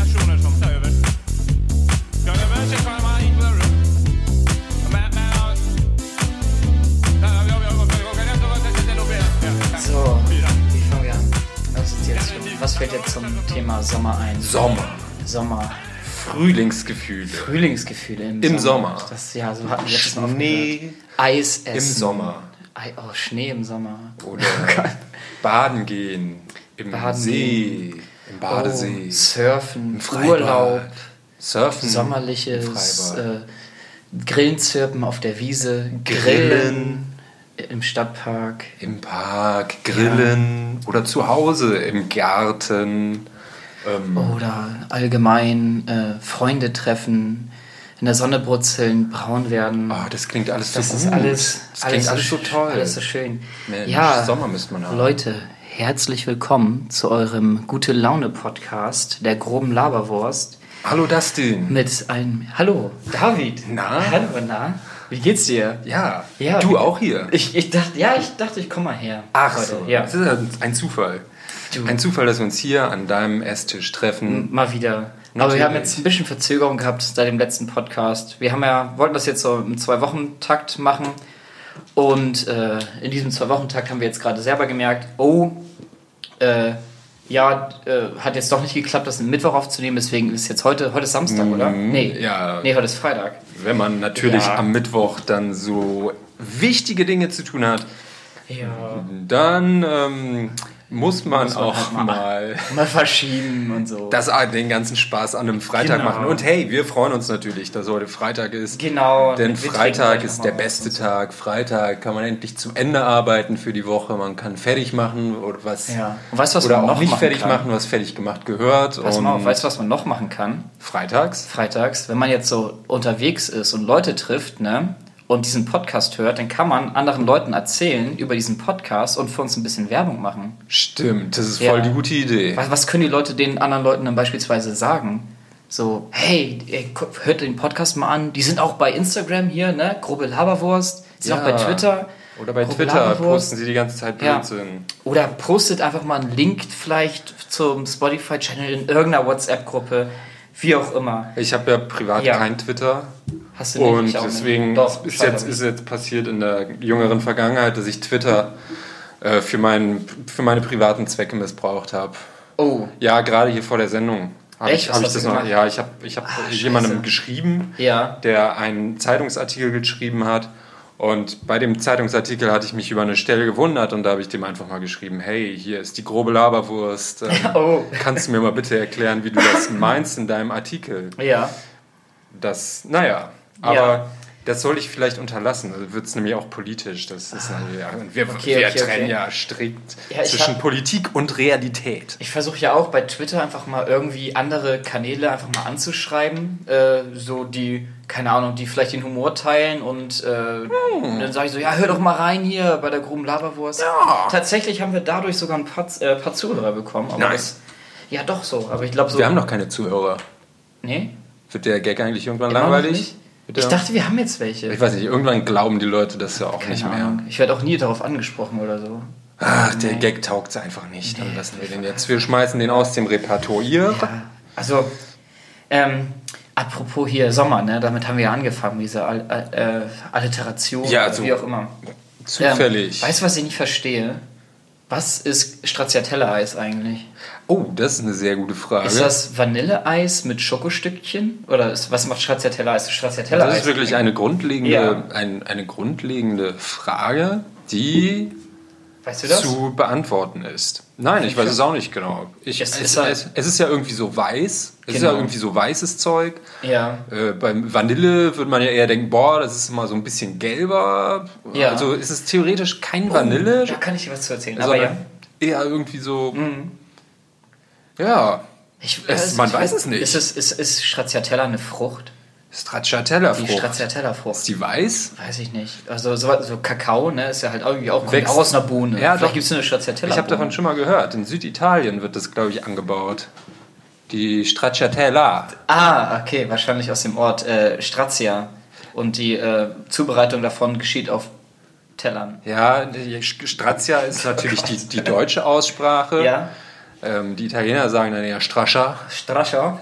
So, wie fangen wir an? Was fällt jetzt zum Thema Sommer ein? Sommer. Frühlingsgefühle im Sommer. Das, ja, so hatten wir letztes Mal Schnee. Eis essen. Im Sommer. Oh, Schnee im Sommer. Oder baden gehen. Im See. Im Badesee. Surfen. Im Freibad. Urlaub. Surfen. Sommerliches. Grillen zirpen auf der Wiese. Grillen. Im Stadtpark. Im Park. Grillen. Ja. Oder zu Hause im Garten. Oder allgemein Freunde treffen, in der Sonne brutzeln, braun werden. Oh, das klingt alles so gut. Das klingt alles so toll. Alles so schön. Mensch, ja, Sommer müsste man haben. Leute, herzlich willkommen zu eurem Gute-Laune-Podcast der groben Laberwurst. Hallo Dustin. Hallo David. Na? Hallo, na? Wie geht's dir? Ja, du auch hier. Ich dachte, ich komme mal her. Ach heute. so, ja. das ist ein Zufall. Ein Zufall, dass wir uns hier an deinem Esstisch treffen. Mal wieder. Natürlich. Aber wir haben jetzt ein bisschen Verzögerung gehabt seit dem letzten Podcast. Wir wollten das jetzt so im 2-Wochen-Takt machen. Und in diesem 2-Wochen-Takt haben wir jetzt gerade selber gemerkt, hat jetzt doch nicht geklappt, das am Mittwoch aufzunehmen. Deswegen ist jetzt heute ist Samstag, oder? Nee, heute ist Freitag. Wenn man natürlich am Mittwoch dann so wichtige Dinge zu tun hat, dann muss man auch halt mal verschieben und so. Den ganzen Spaß an einem Freitag machen. Und hey, wir freuen uns natürlich, dass heute Freitag ist. Genau. Denn Freitag ist der beste Tag. Freitag kann man endlich zu Ende arbeiten für die Woche. Man kann fertig machen oder was. Ja. Und weißt du, was oder man auch noch nicht machen fertig kann? machen, was fertig gemacht gehört. Weißt du, was man noch machen kann? Freitags, wenn man jetzt so unterwegs ist und Leute trifft, ne? Und diesen Podcast hört, dann kann man anderen Leuten erzählen über diesen Podcast und für uns ein bisschen Werbung machen. Stimmt, das ist voll die gute Idee. Was können die Leute den anderen Leuten dann beispielsweise sagen? So, hey, hört den Podcast mal an. Die sind auch bei Instagram hier, ne? Grobe Laberwurst. Die sind auch bei Twitter. Oder bei Twitter posten sie die ganze Zeit Blödsinn. Ja. Oder postet einfach mal einen Link vielleicht zum Spotify-Channel in irgendeiner WhatsApp-Gruppe. Wie auch immer. Ich habe ja privat kein Twitter. Hast du nicht? Und deswegen ist jetzt passiert in der jüngeren Vergangenheit, dass ich Twitter für meine privaten Zwecke missbraucht habe. Oh. Ja, gerade hier vor der Sendung. Ich habe Ach, jemandem geschrieben, der einen Zeitungsartikel geschrieben hat. Und bei dem Zeitungsartikel hatte ich mich über eine Stelle gewundert und da habe ich dem einfach mal geschrieben, hey, hier ist die grobe Laberwurst. Kannst du mir mal bitte erklären, wie du das meinst in deinem Artikel? Ja. Aber das soll ich vielleicht unterlassen. Also wird es nämlich auch politisch. Das ist wir trennen ja strikt zwischen Politik und Realität. Ich versuche ja auch bei Twitter einfach mal irgendwie andere Kanäle einfach mal anzuschreiben, so die, keine Ahnung, die vielleicht den Humor teilen und dann sage ich so, ja, hör doch mal rein hier bei der groben Laberwurst. Ja. Tatsächlich haben wir dadurch sogar ein paar Zuhörer bekommen. Aber ja, doch so. Aber ich glaube so. Wir haben noch keine Zuhörer. Nee? Wird der Gag eigentlich irgendwann langweilig? Ich dachte, wir haben jetzt welche. Ich weiß nicht, irgendwann glauben die Leute das ja auch Keine nicht mehr. Ahnung. Ich werde auch nie darauf angesprochen oder so. Ach, der Gag taugt einfach nicht. Dann lassen wir den jetzt. Wir schmeißen den aus dem Repertoire. Ja, also, apropos hier Sommer, ne? Damit haben wir ja angefangen, diese Alliteration, wie auch immer. Zufällig. Weißt du, was ich nicht verstehe? Was ist Stracciatella-Eis eigentlich? Oh, das ist eine sehr gute Frage. Ist das Vanilleeis mit Schokostückchen? Oder was macht Stracciatella-Eis? Das ist wirklich eine grundlegende Frage, die zu beantworten ist. Nein, ich weiß es auch nicht genau. Es ist ja irgendwie so weiß. Es ist ja irgendwie so weißes Zeug. Ja. Beim Vanille würde man ja eher denken, boah, das ist immer so ein bisschen gelber. Ja. Also ist es theoretisch kein Vanille. Da kann ich dir was zu erzählen. Aber eher irgendwie so... Ja, man weiß es nicht. Ist Stracciatella eine Frucht? Stracciatella-Frucht. Die Stracciatella-Frucht. Ist die weiß? Weiß ich nicht. Also so Kakao, ne, ist ja halt irgendwie auch aus einer Bohne. Ja, vielleicht gibt es eine Stracciatella-Bohne. Ich habe davon schon mal gehört. In Süditalien wird das, glaube ich, angebaut. Die Stracciatella. Ah, okay. Wahrscheinlich aus dem Ort Strazia. Und die Zubereitung davon geschieht auf Tellern. Ja, Strazia ist natürlich die deutsche Aussprache. Ja. Die Italiener sagen dann eher Stracciatella.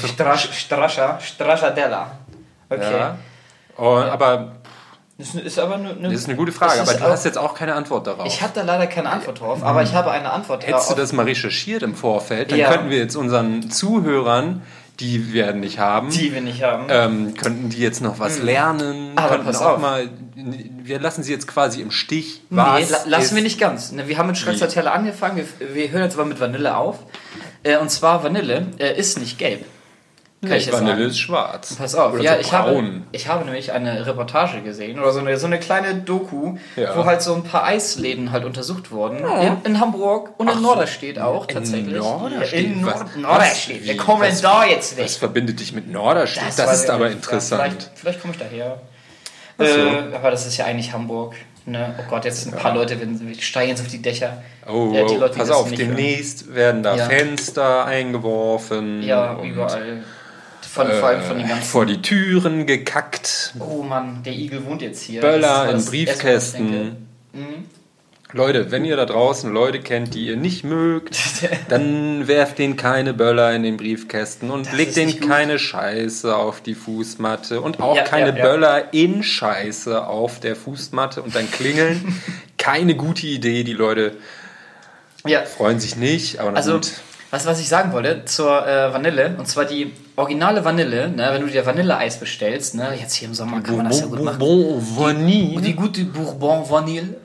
Okay. Ja. Aber das ist aber das ist eine gute Frage, aber du hast jetzt auch keine Antwort darauf. Ich habe da leider keine Antwort drauf, aber ich habe eine Antwort darauf. Hättest du das mal recherchiert im Vorfeld, dann könnten wir jetzt unseren Zuhörern, die wir nicht haben, könnten die jetzt noch was lernen, aber pass auf. Wir lassen sie jetzt quasi im Stich. Lassen wir nicht ganz. Wir haben mit Stracciatella angefangen, wir hören jetzt aber mit Vanille auf. Und zwar Vanille ist nicht gelb. Vanille ist schwarz. Pass auf, oder ich habe nämlich eine Reportage gesehen oder so eine kleine Doku, wo halt so ein paar Eisläden halt untersucht wurden. In Hamburg und in Norderstedt auch tatsächlich. In Norderstedt. Wir kommen da jetzt nicht. Was verbindet dich mit Norderstedt? Das ist aber interessant. Vielleicht komme ich daher. Aber das ist ja eigentlich Hamburg. Ne? Oh Gott, jetzt ein paar Leute steigen jetzt auf die Dächer. Die Leute, pass auf, demnächst werden da Fenster eingeworfen. Ja, überall. Vor allem von den ganzen... Vor die Türen gekackt. Oh Mann, der Igel wohnt jetzt hier. Böller in Briefkästen. Leute, wenn ihr da draußen Leute kennt, die ihr nicht mögt, dann werft denen keine Böller in den Briefkästen und legt denen keine Scheiße auf die Fußmatte und auch keine Böller in Scheiße auf der Fußmatte und dann klingeln. Keine gute Idee, die Leute freuen sich nicht, aber gut. Was ich sagen wollte zur Vanille, und zwar die originale Vanille, ne, wenn du dir Vanilleeis bestellst, ne, jetzt hier im Sommer kann man das ja gut machen. Vanille. Die gute Bourbon Vanille.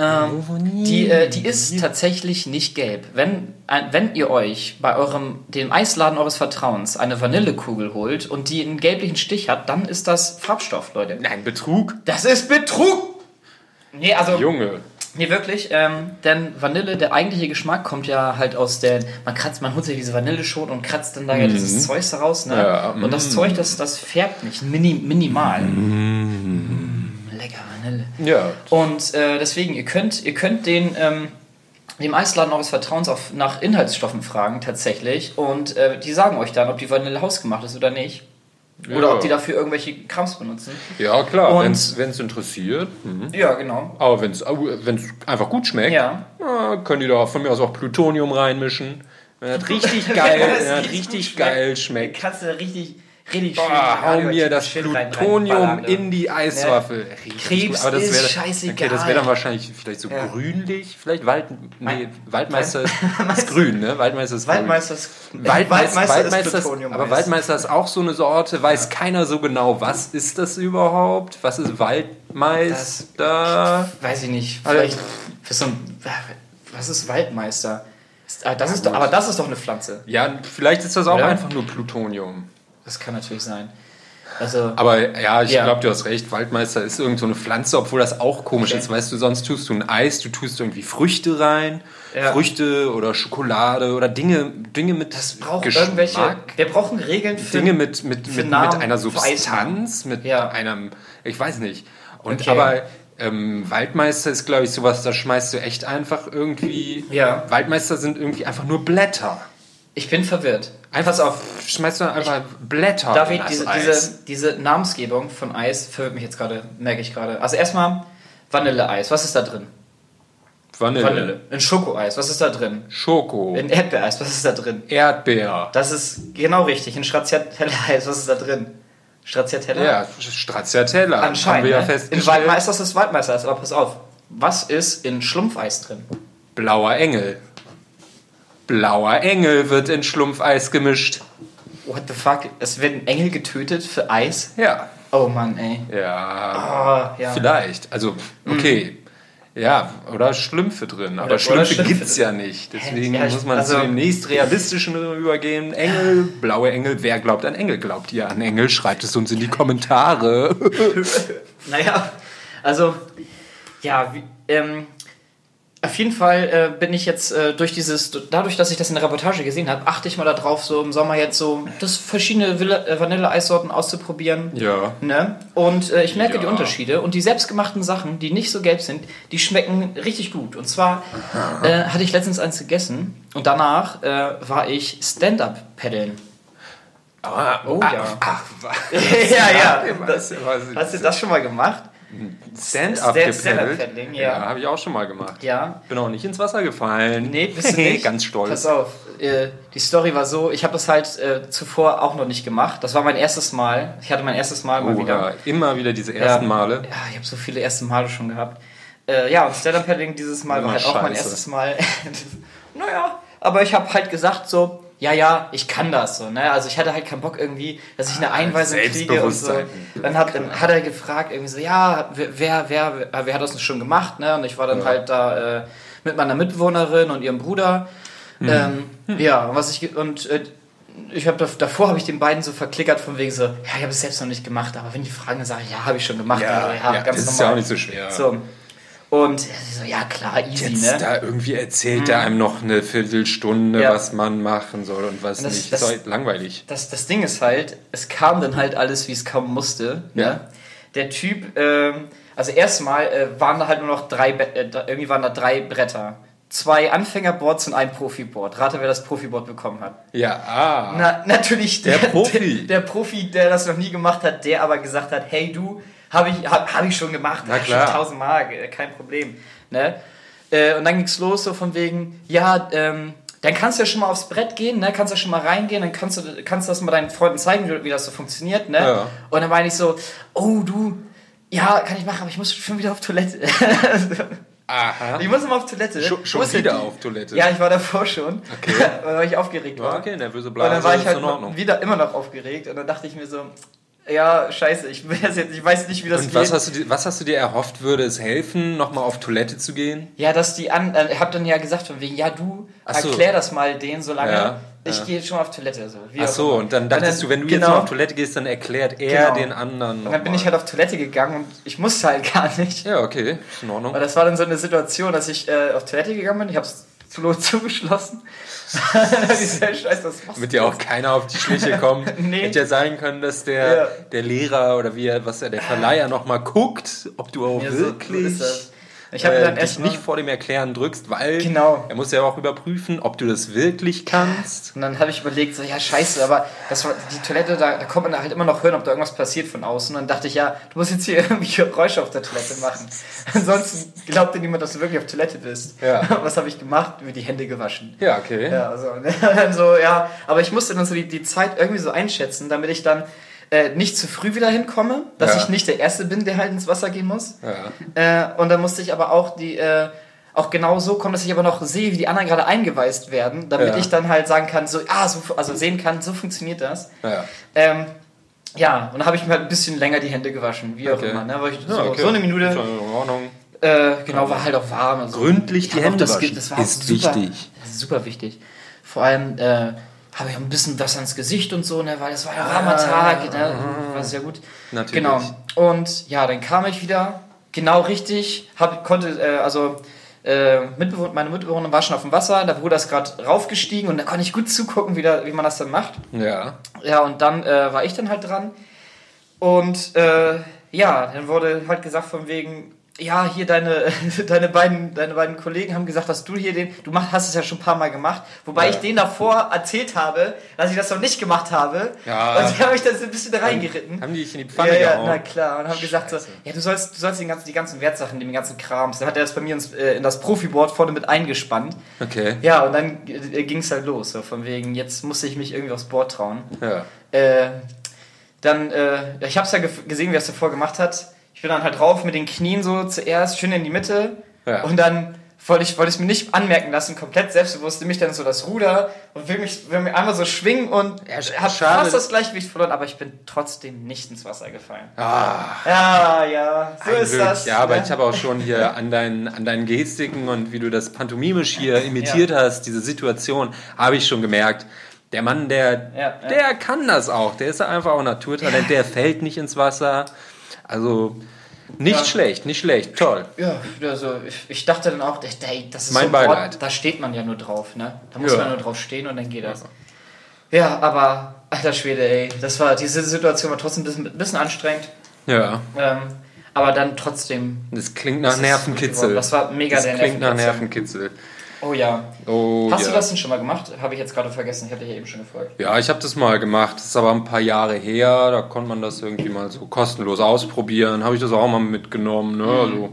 Die ist tatsächlich nicht gelb. Wenn ihr euch bei dem Eisladen eures Vertrauens eine Vanillekugel holt und die einen gelblichen Stich hat, dann ist das Farbstoff, Leute. Nein, Betrug. Das ist Betrug! Nee, also... Junge. Nee, wirklich, denn Vanille, der eigentliche Geschmack kommt ja halt aus man holt sich diese Vanilleschote und kratzt dann da ja dieses Zeug daraus, ne? Ja, und das Zeug, das färbt nicht, minimal. Lecker Vanille. Ja. Und deswegen, ihr könnt dem Eisladen eures Vertrauens auch nach Inhaltsstoffen fragen, tatsächlich, und die sagen euch dann, ob die Vanille hausgemacht ist oder nicht. Oder ob die dafür irgendwelche Krams benutzen. Ja, klar, wenn es interessiert. Ja, genau. Aber wenn es einfach gut schmeckt, können die da von mir aus auch Plutonium reinmischen. Wenn das richtig geil schmeckt. Kannst du richtig schön... hau mir das Plutonium in die Eiswaffel. Krebs aber das ist scheißegal. Okay, das wäre dann wahrscheinlich vielleicht so grünlich. Vielleicht Waldmeister ist grün, ne? Waldmeister ist grün. Waldmeister ist Plutonium. Aber Waldmeister ist auch so eine Sorte. Weiß keiner so genau, was ist das überhaupt? Was ist Waldmeister? Weiß ich nicht. Vielleicht was ist Waldmeister? Das ist doch eine Pflanze. Ja, vielleicht ist das auch einfach nur Plutonium. Das kann natürlich sein. Also, aber ja, ich glaube, du hast recht. Waldmeister ist irgend so eine Pflanze, obwohl das auch komisch ist. Weißt du, sonst tust du ein Eis, du tust irgendwie Früchte rein. Ja. Früchte oder Schokolade oder Dinge mit Geschmack. Wir brauchen Regeln für Dinge mit einer Substanz, mit einem, ich weiß nicht. Aber Waldmeister ist, glaube ich, sowas, da schmeißt du echt einfach irgendwie... Ja. Waldmeister sind irgendwie einfach nur Blätter. Ich bin verwirrt. Pass auf. Schmeißt du dann einfach Blätter David, diese Namensgebung von Eis verwirrt mich jetzt gerade, merke ich gerade. Also erstmal Vanilleeis. Was ist da drin? Vanille. In Schokoeis. Was ist da drin? Schoko. In Erdbeereis. Was ist da drin? Erdbeer. Das ist genau richtig. In Stracciatella-Eis. Was ist da drin? Stracciatella? Ja, Stracciatella. Anscheinend. Haben wir ja festgestellt. In Waldmeister ist das Waldmeister-Eis. Aber pass auf. Was ist in Schlumpfeis drin? Blauer Engel. Blauer Engel wird in Schlumpfeis gemischt. What the fuck? Es wird ein Engel getötet für Eis? Ja. Oh Mann, ey. Ja. Vielleicht. Also, okay. Ja, oder Schlümpfe drin. Aber Schlümpfe gibt es ja nicht. Deswegen muss man zu dem nächst realistischen übergehen. Engel, blaue Engel. Wer glaubt an Engel? Glaubt ihr an Engel? Schreibt es uns in die Kommentare. Naja, also, ja, auf jeden Fall bin ich jetzt dadurch, dass ich das in der Reportage gesehen habe, achte ich mal darauf, so im Sommer jetzt so verschiedene Vanille-Eissorten auszuprobieren. Ja. Ne? Und ich merke die Unterschiede. Und die selbstgemachten Sachen, die nicht so gelb sind, die schmecken richtig gut. Und zwar hatte ich letztens eins gegessen und danach war ich Stand-Up-Paddeln. Ja. Hast du das schon mal gemacht? Stand-Up-Paddling, ja. Habe ich auch schon mal gemacht. Ja. Bin auch nicht ins Wasser gefallen. Nee, bist du nicht? Ganz stolz. Pass auf, die Story war so, ich habe das halt zuvor auch noch nicht gemacht. Das war mein erstes Mal. Ich hatte mein erstes Mal mal wieder. Ja, immer wieder diese ersten Male. Ja, ich habe so viele erste Male schon gehabt. Und Stand-Up-Paddling dieses Mal war halt auch mein erstes Mal. Naja, aber ich habe halt gesagt so, ja, ich kann das so, ne? Also ich hatte halt keinen Bock irgendwie, dass ich eine Einweisung kriege und so. Dann hat er gefragt irgendwie so, ja, wer hat das schon gemacht, ne? Und ich war dann halt da mit meiner Mitbewohnerin und ihrem Bruder. Davor habe ich den beiden so verklickert von wegen so, ja, ich habe es selbst noch nicht gemacht, aber wenn die fragen, dann sage ich, ja, habe ich schon gemacht. Ja, ganz das ist ja auch nicht so schwer. So. Und sie so, ja klar, easy, jetzt ne? Da irgendwie erzählt er einem noch eine Viertelstunde, was man machen soll und was nicht. Das ist langweilig. Das Ding ist halt, es kam dann halt alles, wie es kommen musste. Ne? Ja. Der Typ, also erstmal waren da halt nur noch drei Bretter. 2 Anfängerboards und ein Profiboard. Rate, wer das Profiboard bekommen hat. Ja, natürlich der Profi. Der Profi, der das noch nie gemacht hat, der aber gesagt hat, hey du, hab ich schon gemacht. Na klar. Schon 1000-mal, kein Problem. Ne? Und dann ging's los so von wegen, ja, dann kannst du ja schon mal aufs Brett gehen, ne? Kannst du ja schon mal reingehen, dann kannst du das mal deinen Freunden zeigen, wie das so funktioniert. Ne? Ja. Und dann meine ich so, oh du, ja, kann ich machen, aber ich muss schon wieder auf Toilette. Aha. Ich muss immer auf Toilette. Schon wieder auf Toilette? Ja, ich war davor schon, okay. weil ich aufgeregt war. Okay, nervöse Blase, und dann war ich halt in Ordnung. wieder immer noch aufgeregt und dann dachte ich mir so, ja, scheiße, ich weiß nicht, wie das und geht. Was hast du dir erhofft, würde es helfen, nochmal auf Toilette zu gehen? Ja, dass ich hab dann ja gesagt von wegen, ja du, erklär das mal denen so lange, ich gehe jetzt schon mal auf Toilette. So, ach so, und dann dachtest du, wenn du jetzt mal auf Toilette gehst, dann erklärt er den anderen Und dann bin ich halt auf Toilette gegangen und ich musste halt gar nicht. Ja, okay, ist in Ordnung. Aber das war dann so eine Situation, dass ich auf Toilette gegangen bin, ich hab's zugeschlossen. Scheiße, was machst Damit ja auch keiner auf die Schliche kommt. Nee. Hätte ja sein können, dass der Lehrer oder der Verleiher nochmal guckt, ob du auch wirklich ich habe dann dich nicht vor dem Erklären drückst, weil er muss ja auch überprüfen, ob du das wirklich kannst. Und dann habe ich überlegt, so, ja scheiße, aber die Toilette, da kommt man halt immer noch hören, ob da irgendwas passiert von außen. Und dann dachte ich, ja, du musst jetzt hier irgendwie Geräusche auf der Toilette machen. Ansonsten glaubt dir niemand, dass du wirklich auf Toilette bist. Ja. Was habe ich gemacht? Mir die Hände gewaschen. Ja, okay. Ja, dann so, ja, aber ich musste dann so die Zeit irgendwie so einschätzen, damit ich dann nicht zu früh wieder hinkomme, dass ich nicht der Erste bin, der halt ins Wasser gehen muss. Ja. Und dann musste ich aber auch auch genau so kommen, dass ich aber noch sehe, wie die anderen gerade eingeweist werden, damit ich dann halt sagen kann, also sehen kann, so funktioniert das. Ja. Und dann habe ich mir halt ein bisschen länger die Hände gewaschen, wie auch immer. Ne? So eine Minute. In Ordnung. Genau, war halt auch warm. Also, gründlich die Hände waschen das war ist super, wichtig. Das ist super wichtig. Vor allem habe ich auch ein bisschen Wasser ins Gesicht und so, ne, weil es war ja ein warmer Tag, ne, war sehr gut. Natürlich. Genau. Und ja, dann kam ich wieder, genau richtig, meine Mitbewohnerin war schon auf dem Wasser, der Bruder ist gerade raufgestiegen und da konnte ich gut zugucken, wie man das dann macht. Ja. Ja, und dann war ich dann halt dran und dann wurde halt gesagt von wegen, ja, hier deine beiden Kollegen haben gesagt, dass du hier hast es ja schon ein paar Mal gemacht, wobei ich denen davor erzählt habe, dass ich das noch nicht gemacht habe. Ja. Und die haben mich dann so ein bisschen reingeritten. Haben die dich in die Pfanne gehauen? Ja, na klar. Und haben gesagt so, ja, du sollst die ganzen Wertsachen, den ganzen Krams. Dann hat er das bei mir in das Profiboard vorne mit eingespannt. Okay. Ja, und dann ging es halt los, so von wegen, jetzt musste ich mich irgendwie aufs Board trauen. Ja. Ich hab's ja gesehen, wie er es davor gemacht hat. Ich bin dann halt drauf mit den Knien so zuerst, schön in die Mitte. Ja. Und dann wollte ich es mir nicht anmerken lassen, komplett selbstbewusst, nehme ich dann so das Ruder und will mich einmal so schwingen und habe fast das Gleichgewicht verloren, aber ich bin trotzdem nicht ins Wasser gefallen. Ja, so ist Glück. Das. Ja, aber ich habe auch schon hier an deinen Gestiken und wie du das pantomimisch hier imitiert hast, diese Situation, habe ich schon gemerkt. Der Mann, der kann das auch. Der ist einfach auch Naturtalent, der fällt nicht ins Wasser. Also nicht schlecht, toll. Ja, also ich dachte dann auch, das ist mein so ein Beileid. Ort, da steht man ja nur drauf, ne? Da muss man nur drauf stehen und dann geht das. Ja, aber, alter Schwede, ey, diese Situation war trotzdem ein bisschen anstrengend. Ja. Aber dann trotzdem... Das klingt nach Nervenkitzel. Das war mega der Nervenkitzel. Das klingt nach Nervenkitzel. Oh ja. Hast du das denn schon mal gemacht? Habe ich jetzt gerade vergessen. Ich hatte dich ja eben schon gefragt. Ja, ich habe das mal gemacht. Das ist aber ein paar Jahre her. Da konnte man das irgendwie mal so kostenlos ausprobieren. Habe ich das auch mal mitgenommen. Ne? Also,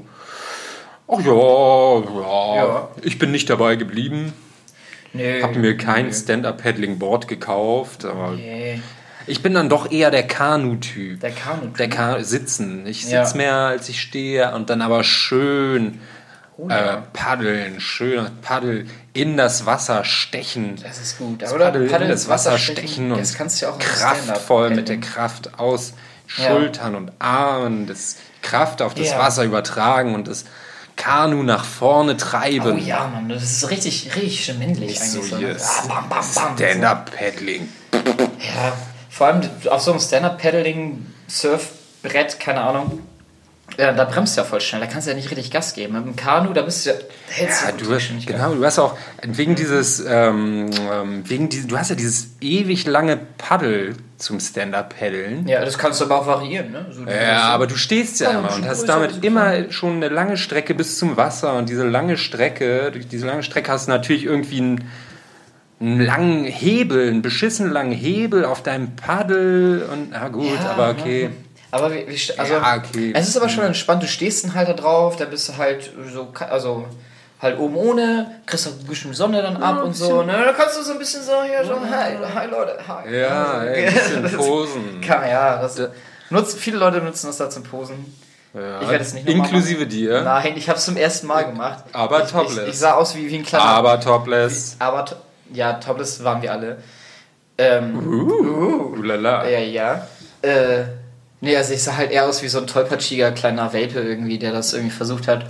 ja. Ich bin nicht dabei geblieben. Nee. Habe mir kein Stand-Up-Paddling-Board gekauft. Aber ich bin dann doch eher der Kanu-Typ. Der Sitzen. Ich sitze mehr, als ich stehe. Und dann aber schön... paddeln, schön Paddel in das Wasser stechen. Das ist gut. Das Paddel in das Wasser stechen und das kannst du auch kraftvoll mit der Kraft aus Schultern und Armen, das Kraft auf das Wasser übertragen und das Kanu nach vorne treiben. Oh ja, Mann, das ist richtig, richtig schön männlich eigentlich. So hier Stand-Up-Paddling. Ja, vor allem auf so einem Stand-Up-Paddling, Surfbrett, keine Ahnung. Ja, da bremst du ja voll schnell, da kannst du ja nicht richtig Gas geben. Mit dem Kanu, da bist du du hast auch wegen dieses, du hast ja dieses ewig lange Paddel zum Stand-Up-Paddeln. Ja, das kannst du aber auch variieren, ne? So aber du stehst ja immer und hast damit immer schon eine lange Strecke bis zum Wasser und durch diese lange Strecke hast du natürlich irgendwie einen langen Hebel, einen beschissen langen Hebel auf deinem Paddel und aber okay. Aber es ist aber schon entspannt, du stehst dann halt da drauf, da bist du halt so, also halt oben ohne, kriegst auch ein bisschen Sonne dann ab und so, ne? Da kannst du so ein bisschen so hier so, hi Leute, hi. Ja, ein bisschen posen. Viele Leute nutzen das da zum Posen. Ja, ich werde es nicht nochmal inklusive machen. Dir? Nein, ich habe es zum ersten Mal gemacht. Aber topless. Ich sah aus wie ein kleiner... Aber topless. Topless waren wir alle. Lala. Ja. Nee, also ich sah halt eher aus wie so ein tollpatschiger kleiner Welpe irgendwie, der das irgendwie versucht hat.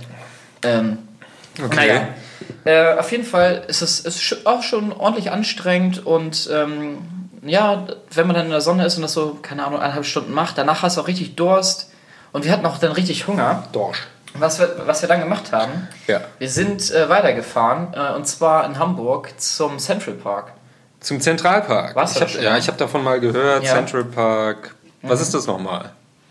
Okay. Naja. Auf jeden Fall ist es auch schon ordentlich anstrengend und wenn man dann in der Sonne ist und das so, keine Ahnung, 1,5 Stunden macht, danach hast du auch richtig Durst und wir hatten auch dann richtig Hunger. Dorsch. Was wir dann gemacht haben, wir sind weitergefahren und zwar in Hamburg zum Central Park. Zum Zentralpark? Ich habe davon mal gehört, Central Park. Was ist das nochmal?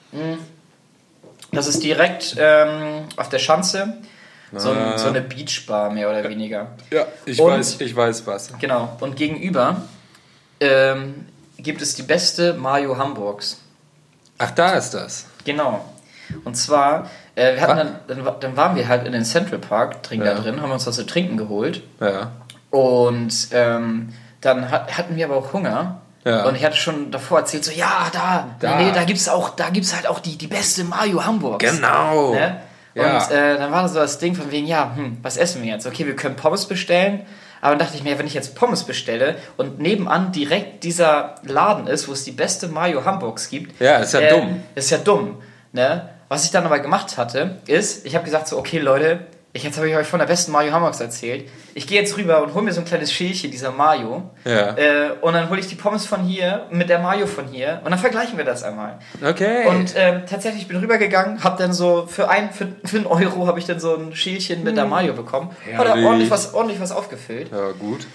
Das ist direkt auf der Schanze. So eine Beachbar, mehr oder weniger. Ja, ich weiß was. Genau. Und gegenüber gibt es die beste Mayo Hamburgs. Ach, da ist das. Genau. Und zwar, wir hatten dann waren wir halt in den Central Park, da drin, haben uns was zu trinken geholt. Ja. Und dann hatten wir aber auch Hunger. Ja. Und ich hatte schon davor erzählt, so, da gibt's halt auch die beste Mayo Hamburgs. Genau. Ne? Ja. Und dann war das so das Ding von wegen, was essen wir jetzt? Okay, wir können Pommes bestellen, aber dann dachte ich mir, wenn ich jetzt Pommes bestelle und nebenan direkt dieser Laden ist, wo es die beste Mayo Hamburgs gibt. Ja, ist ja dumm. Ist ja dumm, ne? Was ich dann aber gemacht hatte, ist, ich habe gesagt so, okay Leute, jetzt habe ich euch von der besten Mayo Hamburgs erzählt. Ich gehe jetzt rüber und hole mir so ein kleines Schälchen dieser Mayo. Ja. Und dann hole ich die Pommes von hier mit der Mayo von hier. Und dann vergleichen wir das einmal. Okay. Und tatsächlich, ich bin rübergegangen, habe dann so für einen Euro habe ich dann so ein Schälchen mit der Mayo bekommen. Hat er ordentlich was aufgefüllt. Ja, gut.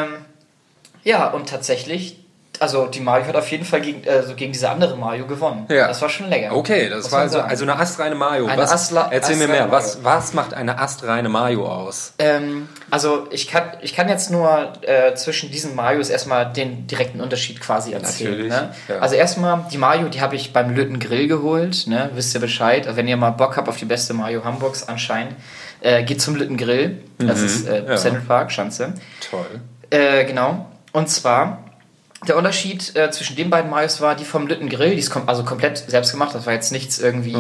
Und tatsächlich... Also die Mayo hat auf jeden Fall gegen diese andere Mayo gewonnen. Ja. Das war schon lecker. Okay, das war also eine astreine Mayo. Erzähl mir mehr, was macht eine astreine Mayo aus? Also ich kann jetzt nur zwischen diesen Mayos erstmal den direkten Unterschied quasi erzählen. Ne? Ja. Also erstmal, die Mayo, die habe ich beim Lütten Grill geholt. Ne? Wisst ihr Bescheid? Wenn ihr mal Bock habt auf die beste Mayo Hamburgs anscheinend, geht zum Lütten Grill. Das ist Central Park, Schanze. Toll. Genau. Und zwar... Der Unterschied zwischen den beiden Mayos war, die vom Lütten Grill, die ist komplett selbst gemacht, das war jetzt nichts irgendwie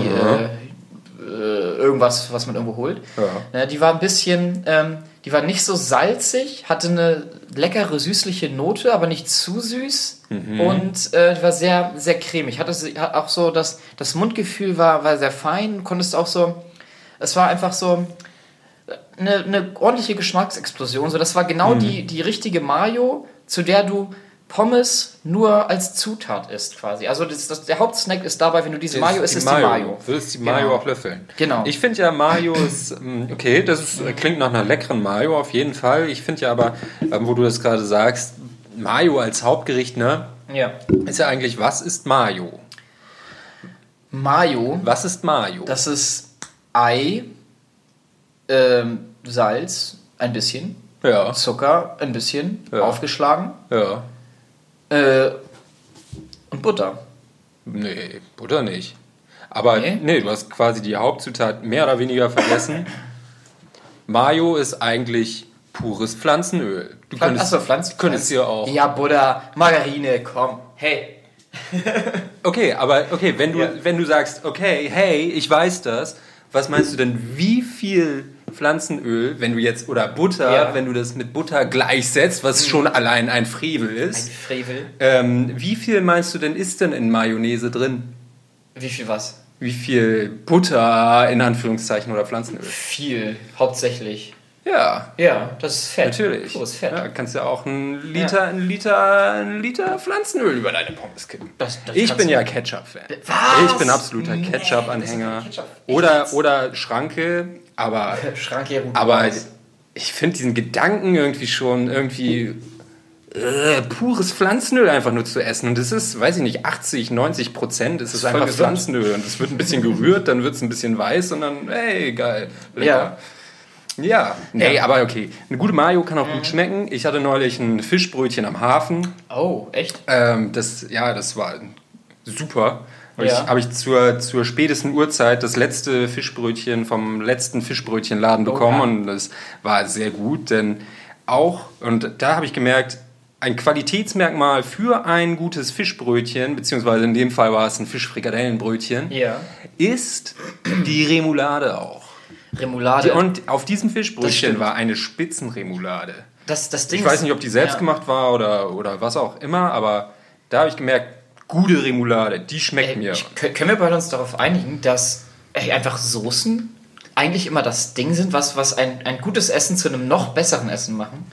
irgendwas, was man irgendwo holt. Ja. Die war ein bisschen, die war nicht so salzig, hatte eine leckere, süßliche Note, aber nicht zu süß und die war sehr, sehr cremig. Hat auch so, das Mundgefühl war sehr fein, konntest auch so, es war einfach so eine ordentliche Geschmacksexplosion, so das war genau die richtige Mayo, zu der du Pommes nur als Zutat isst quasi. Also der Hauptsnack ist dabei, wenn du diese Mayo isst, ist die Mayo. Du willst die Mayo auch löffeln. Genau. Ich finde ja, Mayo ist, okay, klingt nach einer leckeren Mayo auf jeden Fall. Ich finde ja aber, wo du das gerade sagst, Mayo als Hauptgericht, ne? Ja. Ist ja eigentlich, was ist Mayo? Mayo? Was ist Mayo? Das ist Ei, Salz, ein bisschen. Zucker ein bisschen aufgeschlagen. Ja. Und Butter. Nee, Butter nicht. Aber nee, du hast quasi die Hauptzutat mehr oder weniger vergessen. Mayo ist eigentlich pures Pflanzenöl. Du könntest hier auch... Ja, Butter, Margarine, komm. Hey. Okay, wenn du sagst, okay, hey, ich weiß das, was meinst du denn, wie viel Pflanzenöl, wenn du jetzt, oder Butter, wenn du das mit Butter gleichsetzt, was schon allein ein Frevel ist. Ein Frevel. Wie viel meinst du denn ist denn in Mayonnaise drin? Wie viel was? Wie viel Butter, in Anführungszeichen, oder Pflanzenöl? Viel, hauptsächlich. Ja. Ja, das ist Fett. Natürlich. Pures Fett. Ja, kannst ja auch einen Liter Pflanzenöl über deine Pommes kippen. Ich bin ja Ketchup-Fan. Was? Ich bin absoluter Ketchup-Anhänger. Oder Schranke, aber... Schranke, aber ich finde diesen Gedanken irgendwie schon pures Pflanzenöl einfach nur zu essen. Und das ist, weiß ich nicht, 80-90% ist es einfach Pflanzenöl. Und es wird ein bisschen gerührt, dann wird es ein bisschen weiß und dann, hey, geil. Lecker. Ja, aber okay. Eine gute Mayo kann auch gut schmecken. Ich hatte neulich ein Fischbrötchen am Hafen. Oh, echt? Das war super. Habe ich zur spätesten Uhrzeit das letzte Fischbrötchen vom letzten Fischbrötchenladen bekommen und das war sehr gut, denn und da habe ich gemerkt, ein Qualitätsmerkmal für ein gutes Fischbrötchen, beziehungsweise in dem Fall war es ein Fischfrikadellenbrötchen, ist die Remoulade auch. Remoulade. Und auf diesem Fischbrötchen war eine Spitzenremoulade. Das Ding ich weiß nicht, ob die selbst gemacht war oder was auch immer, aber da habe ich gemerkt, gute Remoulade, die schmeckt mir. Können wir beide uns darauf einigen, dass einfach Soßen eigentlich immer das Ding sind, was ein gutes Essen zu einem noch besseren Essen machen?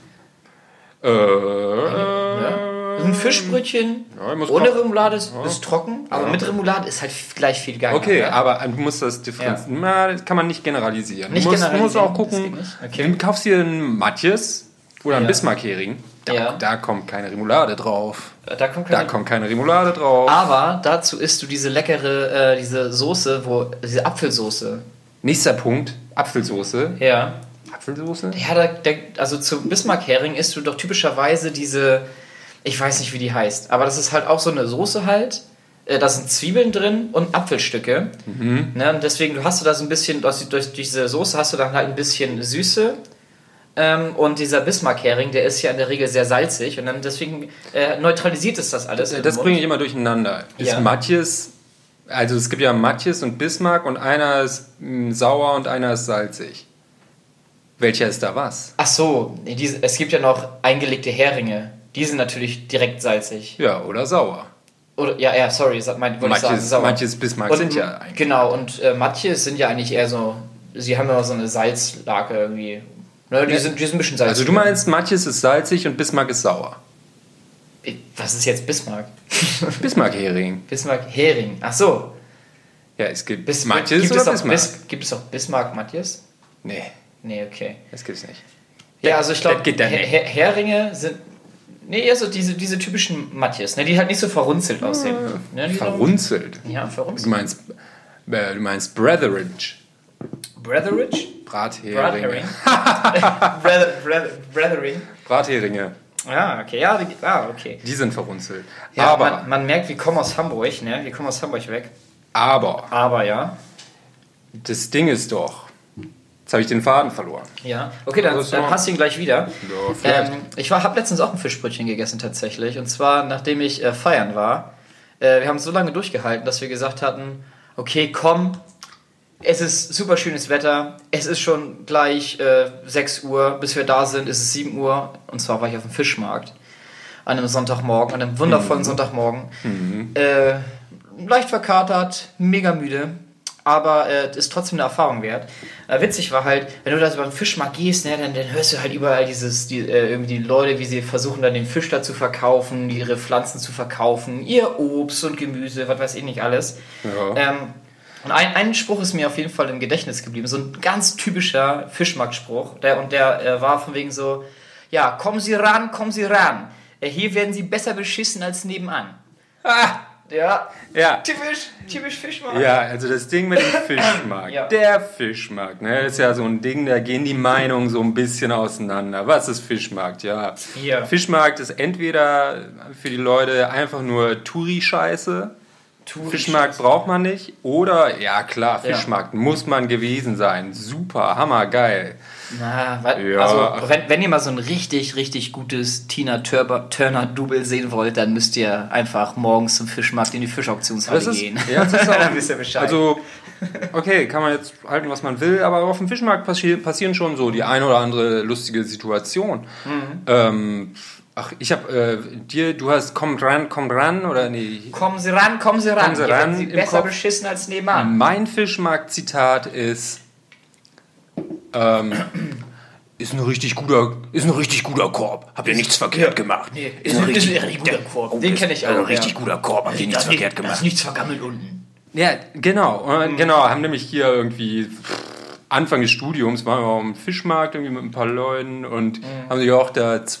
Ein Fischbrötchen ohne Remoulade ist trocken, aber mit Remoulade ist halt gleich viel geiler. Okay, aber du musst das differenzieren. Das kann man nicht generalisieren. Du musst auch gucken, du kaufst hier ein Matjes oder ein Bismarck-Hering. Da kommt keine Remoulade drauf. Da kommt keine Remoulade drauf. Aber dazu isst du diese leckere, diese Soße, diese Apfelsoße. Nächster Punkt, Apfelsoße. Ja. Apfelsoße? Ja, also zum Bismarck-Hering isst du doch typischerweise diese, ich weiß nicht, wie die heißt, aber das ist halt auch so eine Soße halt. Da sind Zwiebeln drin und Apfelstücke. Ne, und deswegen hast du da so ein bisschen, durch diese Soße hast du dann halt ein bisschen Süße. Und dieser Bismarck-Hering, der ist ja in der Regel sehr salzig und dann deswegen neutralisiert es das alles. Das bringe ich immer durcheinander. Ist Matjes, also es gibt ja Matjes und Bismarck und einer ist sauer und einer ist salzig. Welcher ist da was? Ach so, es gibt ja noch eingelegte Heringe. Die sind natürlich direkt salzig. Ja, oder sauer. Oder, sorry, wollte ich sagen, sauer. Matjes, Bismarck sind ja eigentlich. Genau, und Matjes sind ja eigentlich eher so, sie haben ja so eine Salzlake irgendwie. Ne, die sind ein bisschen salzig. Also du meinst, Matjes ist salzig und Bismarck ist sauer? Was ist jetzt Bismarck? Bismarck-Hering. Bismarck-Hering, ach so. Ja, es gibt Matjes oder Bismarck. Gibt es auch Bismarck-Matjes? Nee. Nee, okay. Das gibt's nicht. Ja, also ich glaube, Heringe sind... Nee, also diese typischen Matjes, ne, die halt nicht so verrunzelt aussehen. Ne, verrunzelt? Ja, verrunzelt. Du meinst Bretheridge. Bretheridge? Bratheringe. Bratheringe. Ja, okay. Ja, okay. Die sind verrunzelt. Ja, aber man merkt, wir kommen aus Hamburg, ne? Wir kommen aus Hamburg weg. Aber, ja. Das Ding ist doch... Jetzt habe ich den Faden verloren. Ja, okay, dann hast du ihn gleich wieder. Ja, ich habe letztens auch ein Fischbrötchen gegessen tatsächlich. Und zwar, nachdem ich feiern war. Wir haben so lange durchgehalten, dass wir gesagt hatten, okay, komm, es ist super schönes Wetter. Es ist schon gleich 6 Uhr. Bis wir da sind, ist es 7 Uhr. Und zwar war ich auf dem Fischmarkt. An einem Sonntagmorgen, an einem wundervollen Sonntagmorgen. Leicht verkatert, mega müde. Aber ist trotzdem eine Erfahrung wert. Witzig war halt, wenn du da so beim Fischmarkt gehst, ne, dann hörst du halt überall irgendwie die Leute, wie sie versuchen dann den Fisch da zu verkaufen, ihre Pflanzen zu verkaufen, ihr Obst und Gemüse, was weiß ich nicht alles. Ja. Und ein Spruch ist mir auf jeden Fall im Gedächtnis geblieben, so ein ganz typischer Fischmarktspruch. Der war von wegen so, ja, kommen Sie ran, hier werden Sie besser beschissen als nebenan. Typisch Fischmarkt. Ja, also das Ding mit dem Fischmarkt. Ja. Der Fischmarkt, ne, ist ja so ein Ding, da gehen die Meinungen so ein bisschen auseinander. Was ist Fischmarkt? Ja. Fischmarkt ist entweder für die Leute einfach nur Touri-Scheiße. Fischmarkt braucht man nicht. Oder, ja klar, Fischmarkt muss man gewesen sein. Super, hammergeil. Also, wenn ihr mal so ein richtig, richtig gutes Tina Turner-Double sehen wollt, dann müsst ihr einfach morgens zum Fischmarkt in die Fischauktionshalle gehen. Ja, das ist auch, dann wisst ihr Bescheid. Also, okay, kann man jetzt halten, was man will, aber auf dem Fischmarkt passieren schon so die eine oder andere lustige Situation. Ich habe du hast komm ran oder nee? Kommen Sie ran. Sie besser beschissen als nebenan. Mein Fischmarkt-Zitat ist ist ein richtig guter Korb. Habt ihr nichts verkehrt gemacht? Nee, ist ein richtig guter Korb. Den kenne ich auch. Ein richtig guter Korb. Habt ihr nichts verkehrt gemacht? Da ist nichts vergammelt unten. Ja, genau. Haben nämlich hier irgendwie Anfang des Studiums waren wir auf dem Fischmarkt irgendwie mit ein paar Leuten und haben sich auch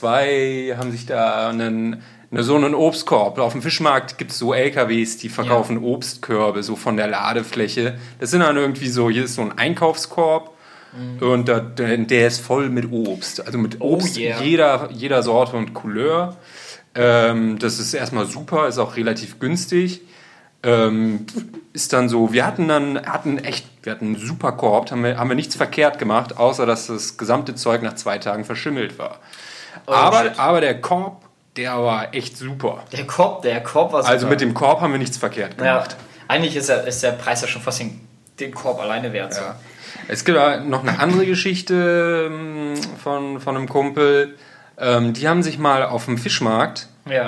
so einen Obstkorb. Auf dem Fischmarkt gibt es so LKWs, die verkaufen Obstkörbe, so von der Ladefläche. Das sind dann irgendwie so, hier ist so ein Einkaufskorb und der ist voll mit Obst. Also mit Obst jeder Sorte und Couleur. Das ist erstmal super, ist auch relativ günstig. Ist dann so, wir hatten einen super Korb, haben wir nichts verkehrt gemacht, außer dass das gesamte Zeug nach 2 Tagen verschimmelt war. Aber der Korb, der war echt super. Der Korb war super. Also mit dem Korb haben wir nichts verkehrt gemacht. Ja, eigentlich ist der Preis ja schon fast den Korb alleine wert. So. Es gibt noch eine andere Geschichte von einem Kumpel. Die haben sich mal auf dem Fischmarkt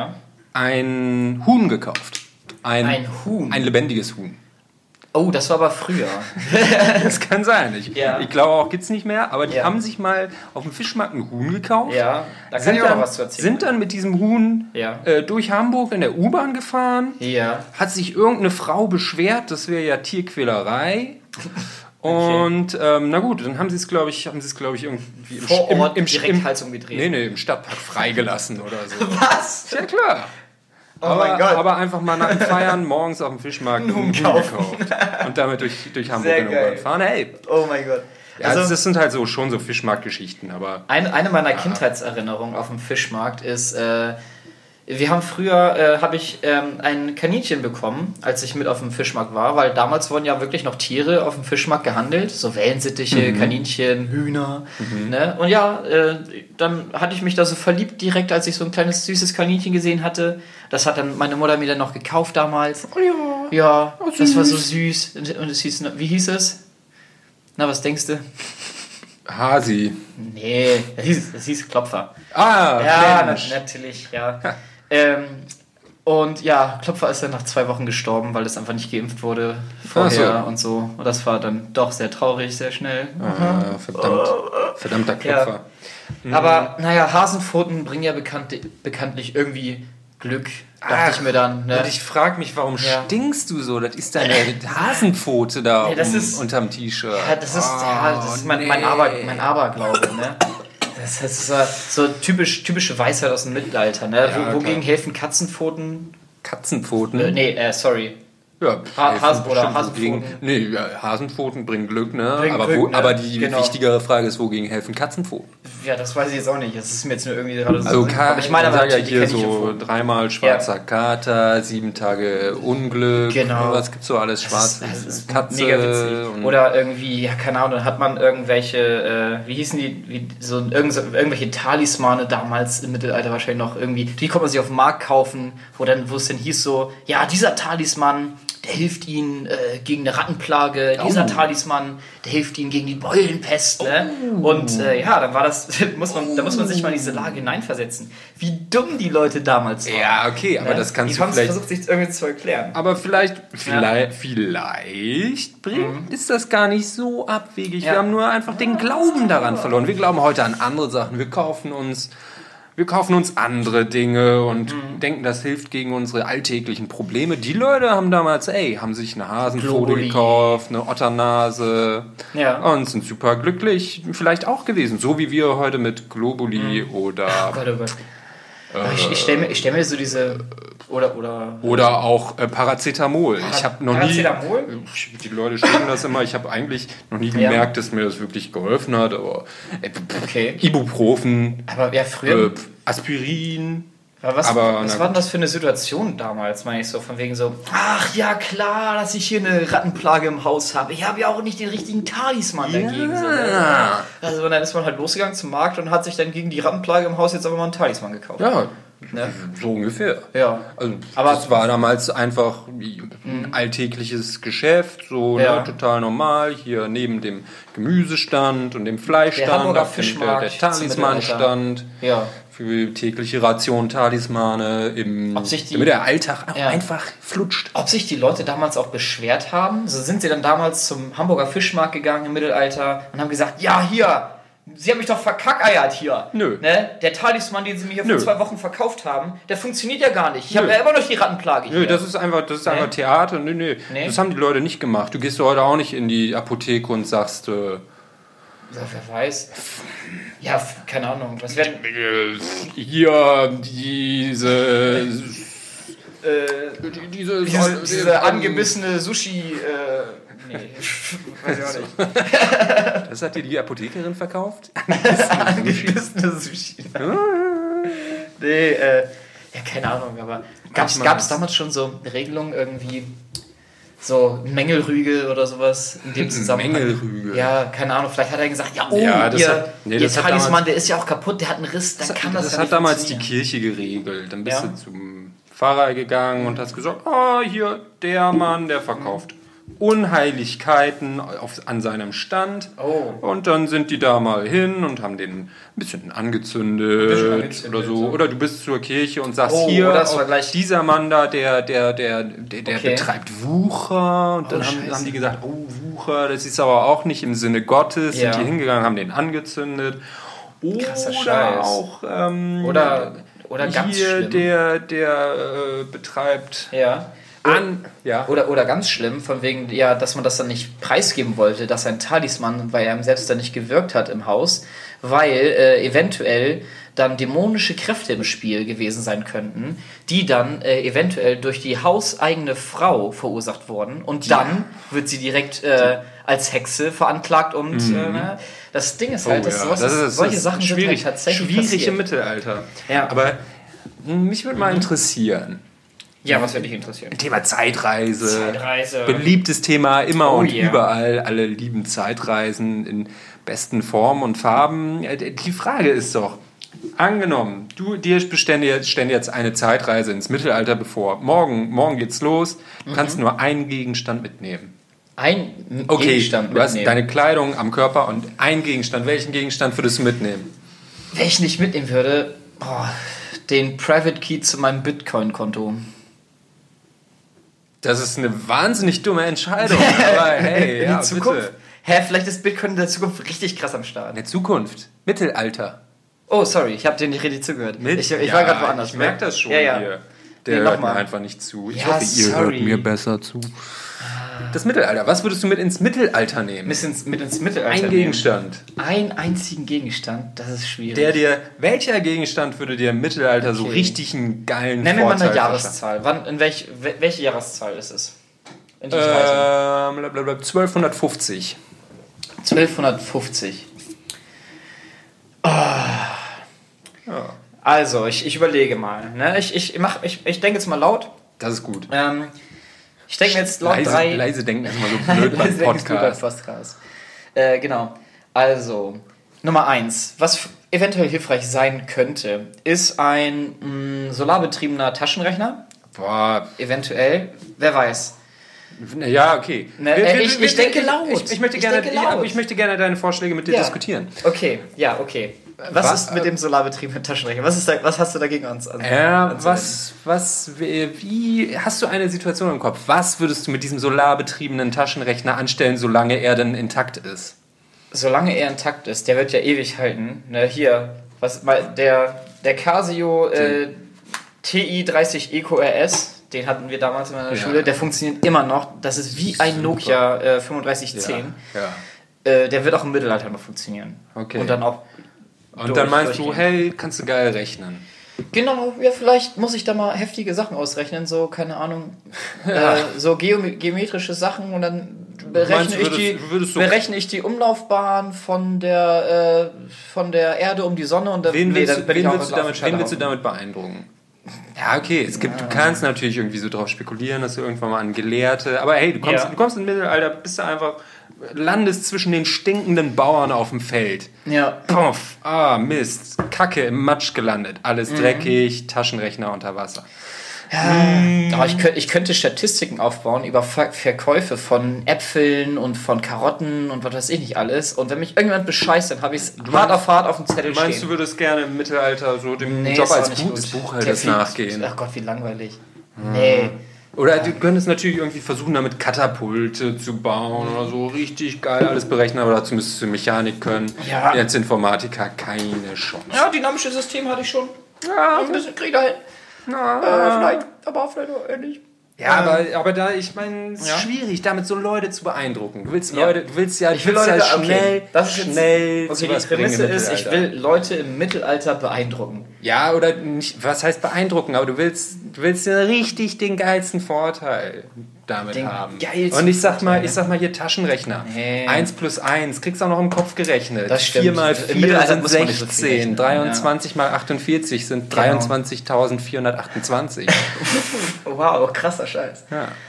ein Huhn gekauft. Ein Huhn? Ein lebendiges Huhn. Oh, das war aber früher. Das kann sein. Ich glaube auch, gibt es nicht mehr. Aber die haben sich mal auf dem Fischmarkt ein Huhn gekauft. Ja, da kann ich auch noch was zu erzählen. Sind dann mit diesem Huhn durch Hamburg in der U-Bahn gefahren. Ja. Hat sich irgendeine Frau beschwert, das wäre ja Tierquälerei. Und na gut, dann haben sie es, glaube ich, irgendwie vor Ort direkt Hals umgedreht. Nee, im Stadtpark freigelassen oder so. Was? Ja, klar. Aber einfach mal nach dem Feiern morgens auf dem Fischmarkt einen Huhn gekauft. Und damit durch Hamburg in der U-Bahn fahren. Hey. Oh mein Gott. Ja, also, das sind halt schon so Fischmarktgeschichten. Aber eine meiner Kindheitserinnerungen auf dem Fischmarkt ist, wir haben früher, ein Kaninchen bekommen, als ich mit auf dem Fischmarkt war, weil damals wurden ja wirklich noch Tiere auf dem Fischmarkt gehandelt, so Wellensittiche, Kaninchen, Hühner, ne? Und dann hatte ich mich da so verliebt direkt, als ich so ein kleines süßes Kaninchen gesehen hatte. Das hat dann meine Mutter mir dann noch gekauft damals. Oh ja. Ja, das war so süß. Und es hieß, wie hieß es? Na, was denkst du? Hasi. Nee, das hieß Klopfer. Ja, natürlich, ja. Und ja, Klopfer ist dann nach 2 Wochen gestorben, weil das einfach nicht geimpft wurde vorher und so. Und das war dann doch sehr traurig, sehr schnell. Verdammter Klopfer. Ja. Aber naja, Hasenpfoten bringen ja bekanntlich irgendwie Glück, dachte ich mir dann. Ne? Und ich frage mich, warum stinkst du so? Das ist deine Hasenpfote da unterm T-Shirt. Ja, das ist mein Aberglaube, ne? Das ist so typische Weisheit aus dem Mittelalter, ne? Ja, wogegen helfen Katzenpfoten? Katzenpfoten? Sorry. Ja, Hasenpfoten. Hasenpfoten bringen Glück, ne? Aber die wichtigere Frage ist, wogegen helfen Katzenpfoten? Ja, das weiß ich jetzt auch nicht. Das ist mir jetzt nur irgendwie gerade so. Also aber ich meine aber hier so 3-mal schwarzer Kater, 7 Tage Unglück. Genau. Was gibt's so alles? Schwarze Katze. Mega witzig. Oder irgendwie, keine Ahnung, dann hat man irgendwelche, wie hießen die, irgendwelche Talismane damals im Mittelalter wahrscheinlich noch irgendwie, die konnte man sich auf dem Markt kaufen, wo es dann hieß so, ja, dieser Talisman, der hilft ihnen gegen eine Rattenplage. Dieser Talisman, der hilft ihnen gegen die Beulenpest. Ne? Und dann war das, da muss man sich mal in diese Lage hineinversetzen. Wie dumm die Leute damals waren. Ja, okay, aber das kannst du vielleicht... versucht, sich irgendwie zu erklären. Aber vielleicht ist das gar nicht so abwegig. Ja. Wir haben nur einfach den Glauben daran verloren. Wir glauben heute an andere Sachen. Wir kaufen uns andere Dinge und denken, das hilft gegen unsere alltäglichen Probleme. Die Leute haben damals, haben sich eine Hasenpfote gekauft, eine Otternase und sind super glücklich vielleicht auch gewesen. So wie wir heute mit Globuli oder Ich stell mir so diese... Oder auch Paracetamol. Ich habe noch Paracetamol? Die Leute schreiben das immer. Ich habe eigentlich noch nie gemerkt, dass mir das wirklich geholfen hat. Aber Ibuprofen, aber früher... Aspirin... Was war denn das für eine Situation damals, meine ich so, von wegen so, ach ja klar, dass ich hier eine Rattenplage im Haus habe. Ich habe ja auch nicht den richtigen Talisman dagegen. Ja. So, ne? Also dann ist man halt losgegangen zum Markt und hat sich dann gegen die Rattenplage im Haus jetzt aber mal einen Talisman gekauft. Ja, ne? So ungefähr. Ja. Also, aber das war damals einfach ein alltägliches Geschäft, so total normal. Hier neben dem Gemüsestand und dem Fleischstand, der Hamburger Fischmarkt, der Talismanstand. Ja. Für tägliche Ration, Talismane, damit der Alltag einfach flutscht. Ob sich die Leute damals auch beschwert haben? So sind sie dann damals zum Hamburger Fischmarkt gegangen im Mittelalter und haben gesagt, ja hier, sie haben mich doch verkackeiert hier. Nö. Ne? Der Talisman, den sie mir hier vor 2 Wochen verkauft haben, der funktioniert ja gar nicht. Ich habe ja immer noch die Rattenplage hier. Nö, das ist einfach Theater. Nö. Das haben die Leute nicht gemacht. Du gehst heute auch nicht in die Apotheke und sagst... Ja, wer weiß. Ja, keine Ahnung. Was wäre hier diese angebissene Sushi. Nee, weiß ich auch nicht. Das hat dir die Apothekerin verkauft? Angebissene Sushi. Nee, ja, keine Ahnung, aber gab es damals schon so Regelungen irgendwie? So Mängelrüge oder sowas in dem Zusammenhang. Mängelrüge? Ja, keine Ahnung. Vielleicht hat er gesagt, ihr Talisman, der ist ja auch kaputt, der hat einen Riss, dann kann das ja nicht. Das hat damals die Kirche geregelt. Dann bist du zum Pfarrer gegangen und hast gesagt, hier, der Mann, der verkauft Unheiligkeiten an seinem Stand. Und dann sind die da mal hin und haben den ein bisschen angezündet oder so. Oder du bist zur Kirche und sagst, dieser Mann da, der betreibt Wucher. Und dann haben die gesagt, Wucher, das ist aber auch nicht im Sinne Gottes. Sind die hingegangen, haben den angezündet. Oder auch oder ganz hier, der betreibt... Oder ganz schlimm, von wegen, dass man das dann nicht preisgeben wollte, dass ein Talisman bei einem selbst dann nicht gewirkt hat im Haus, weil eventuell dann dämonische Kräfte im Spiel gewesen sein könnten, die dann eventuell durch die hauseigene Frau verursacht wurden und dann wird sie direkt als Hexe veranklagt und das Ding ist halt, solche Sachen schwierig, sind halt tatsächlich schwierig passiert. Im Mittelalter. Ja. Aber mich würde mal interessieren. Ja, was würde dich interessieren? Thema Zeitreise. Beliebtes Thema immer und überall. Alle lieben Zeitreisen in besten Formen und Farben. Die Frage ist doch, angenommen, dir stände jetzt eine Zeitreise ins Mittelalter bevor. Morgen geht's los. Du kannst nur einen Gegenstand mitnehmen. Gegenstand mitnehmen? Du hast deine Kleidung am Körper und einen Gegenstand. Welchen Gegenstand würdest du mitnehmen? Welchen ich mitnehmen würde? Den Private Key zu meinem Bitcoin-Konto. Das ist eine wahnsinnig dumme Entscheidung, aber hey, in die Zukunft. Bitte. Vielleicht ist Bitcoin in der Zukunft richtig krass am Start. In der Zukunft? Mittelalter. Oh, sorry, ich habe dir nicht richtig zugehört. Ich war gerade woanders. Ich merke das schon hier. Der hört mir einfach nicht zu. Ich hoffe, ihr hört mir besser zu. Das Mittelalter. Was würdest du mit ins Mittelalter nehmen? Mit ins Mittelalter Ein Gegenstand. Einen einzigen Gegenstand? Das ist schwierig. Welcher Gegenstand würde dir im Mittelalter so richtig einen geilen Vorteil Nenn mir mal eine Jahreszahl. Welche Jahreszahl ist es? 1250. 1250. Also, ich überlege mal. Ne? Ich denke jetzt mal laut. Das ist gut. Ich denke jetzt laut leise denken ist immer so blöd beim Podcast. Genau. Also, Nummer 1. Was eventuell hilfreich sein könnte, ist ein solarbetriebener Taschenrechner. Boah. Eventuell. Wer weiß. Ja, okay. Ich denke laut. Ich möchte gerne deine Vorschläge mit dir diskutieren. Okay, okay. Was ist mit dem solarbetriebenen Taschenrechner? Was hast du dagegen wie hast du eine Situation im Kopf? Was würdest du mit diesem solarbetriebenen Taschenrechner anstellen, solange er denn intakt ist? Solange er intakt ist, der wird ja ewig halten. Ne, hier, der Casio TI30 Eco RS, den hatten wir damals in meiner Schule, der funktioniert immer noch. Das ist wie ein Nokia 3510. Der wird auch im Mittelalter noch funktionieren. Okay. Und dann auch. Und dann meinst du, hey, kannst du geil rechnen. Genau, ja, vielleicht muss ich da mal heftige Sachen ausrechnen, so, keine Ahnung, so geometrische Sachen und dann berechne ich die Umlaufbahn von der Erde um die Sonne und dann, wen willst du damit beeindrucken? Ja, okay, du kannst natürlich irgendwie so drauf spekulieren, dass du irgendwann mal an Gelehrte, aber hey, du kommst ins Mittelalter, bist du einfach, landest zwischen den stinkenden Bauern auf dem Feld. Ja. Puff, Mist, Kacke im Matsch gelandet, alles dreckig, Taschenrechner unter Wasser. Ja, aber ich könnte Statistiken aufbauen über Verkäufe von Äpfeln und von Karotten und was weiß ich nicht alles. Und wenn mich irgendjemand bescheißt, dann habe ich es hart auf hart auf dem Zettel stehen. Meinst du, würdest gerne im Mittelalter so dem Job als Buchhalter nachgehen? Ach Gott, wie langweilig. Nee. Oder du könntest natürlich irgendwie versuchen, damit Katapulte zu bauen oder so. Richtig geil, alles berechnen, aber dazu müsstest du Mechanik können. Ja. Als Informatiker keine Chance. Ja, dynamische System hatte ich schon. Ja, ein bisschen Krieg dahin. Vielleicht auch ähnlich. Ja, aber da, ich meine, es ist schwierig, damit so Leute zu beeindrucken. Du willst schnell. Die Prämisse ist, ich will Leute im Mittelalter beeindrucken. Ja, oder nicht, was heißt beeindrucken, aber du willst ja richtig den geilsten Vorteil damit haben. Und ich sag mal hier Taschenrechner. Nee. 1 plus 1, kriegst du auch noch im Kopf gerechnet. Das stimmt. 4 mal 4 sind 16, 23 mal 48 sind 23.428. Wow, krasser Scheiß.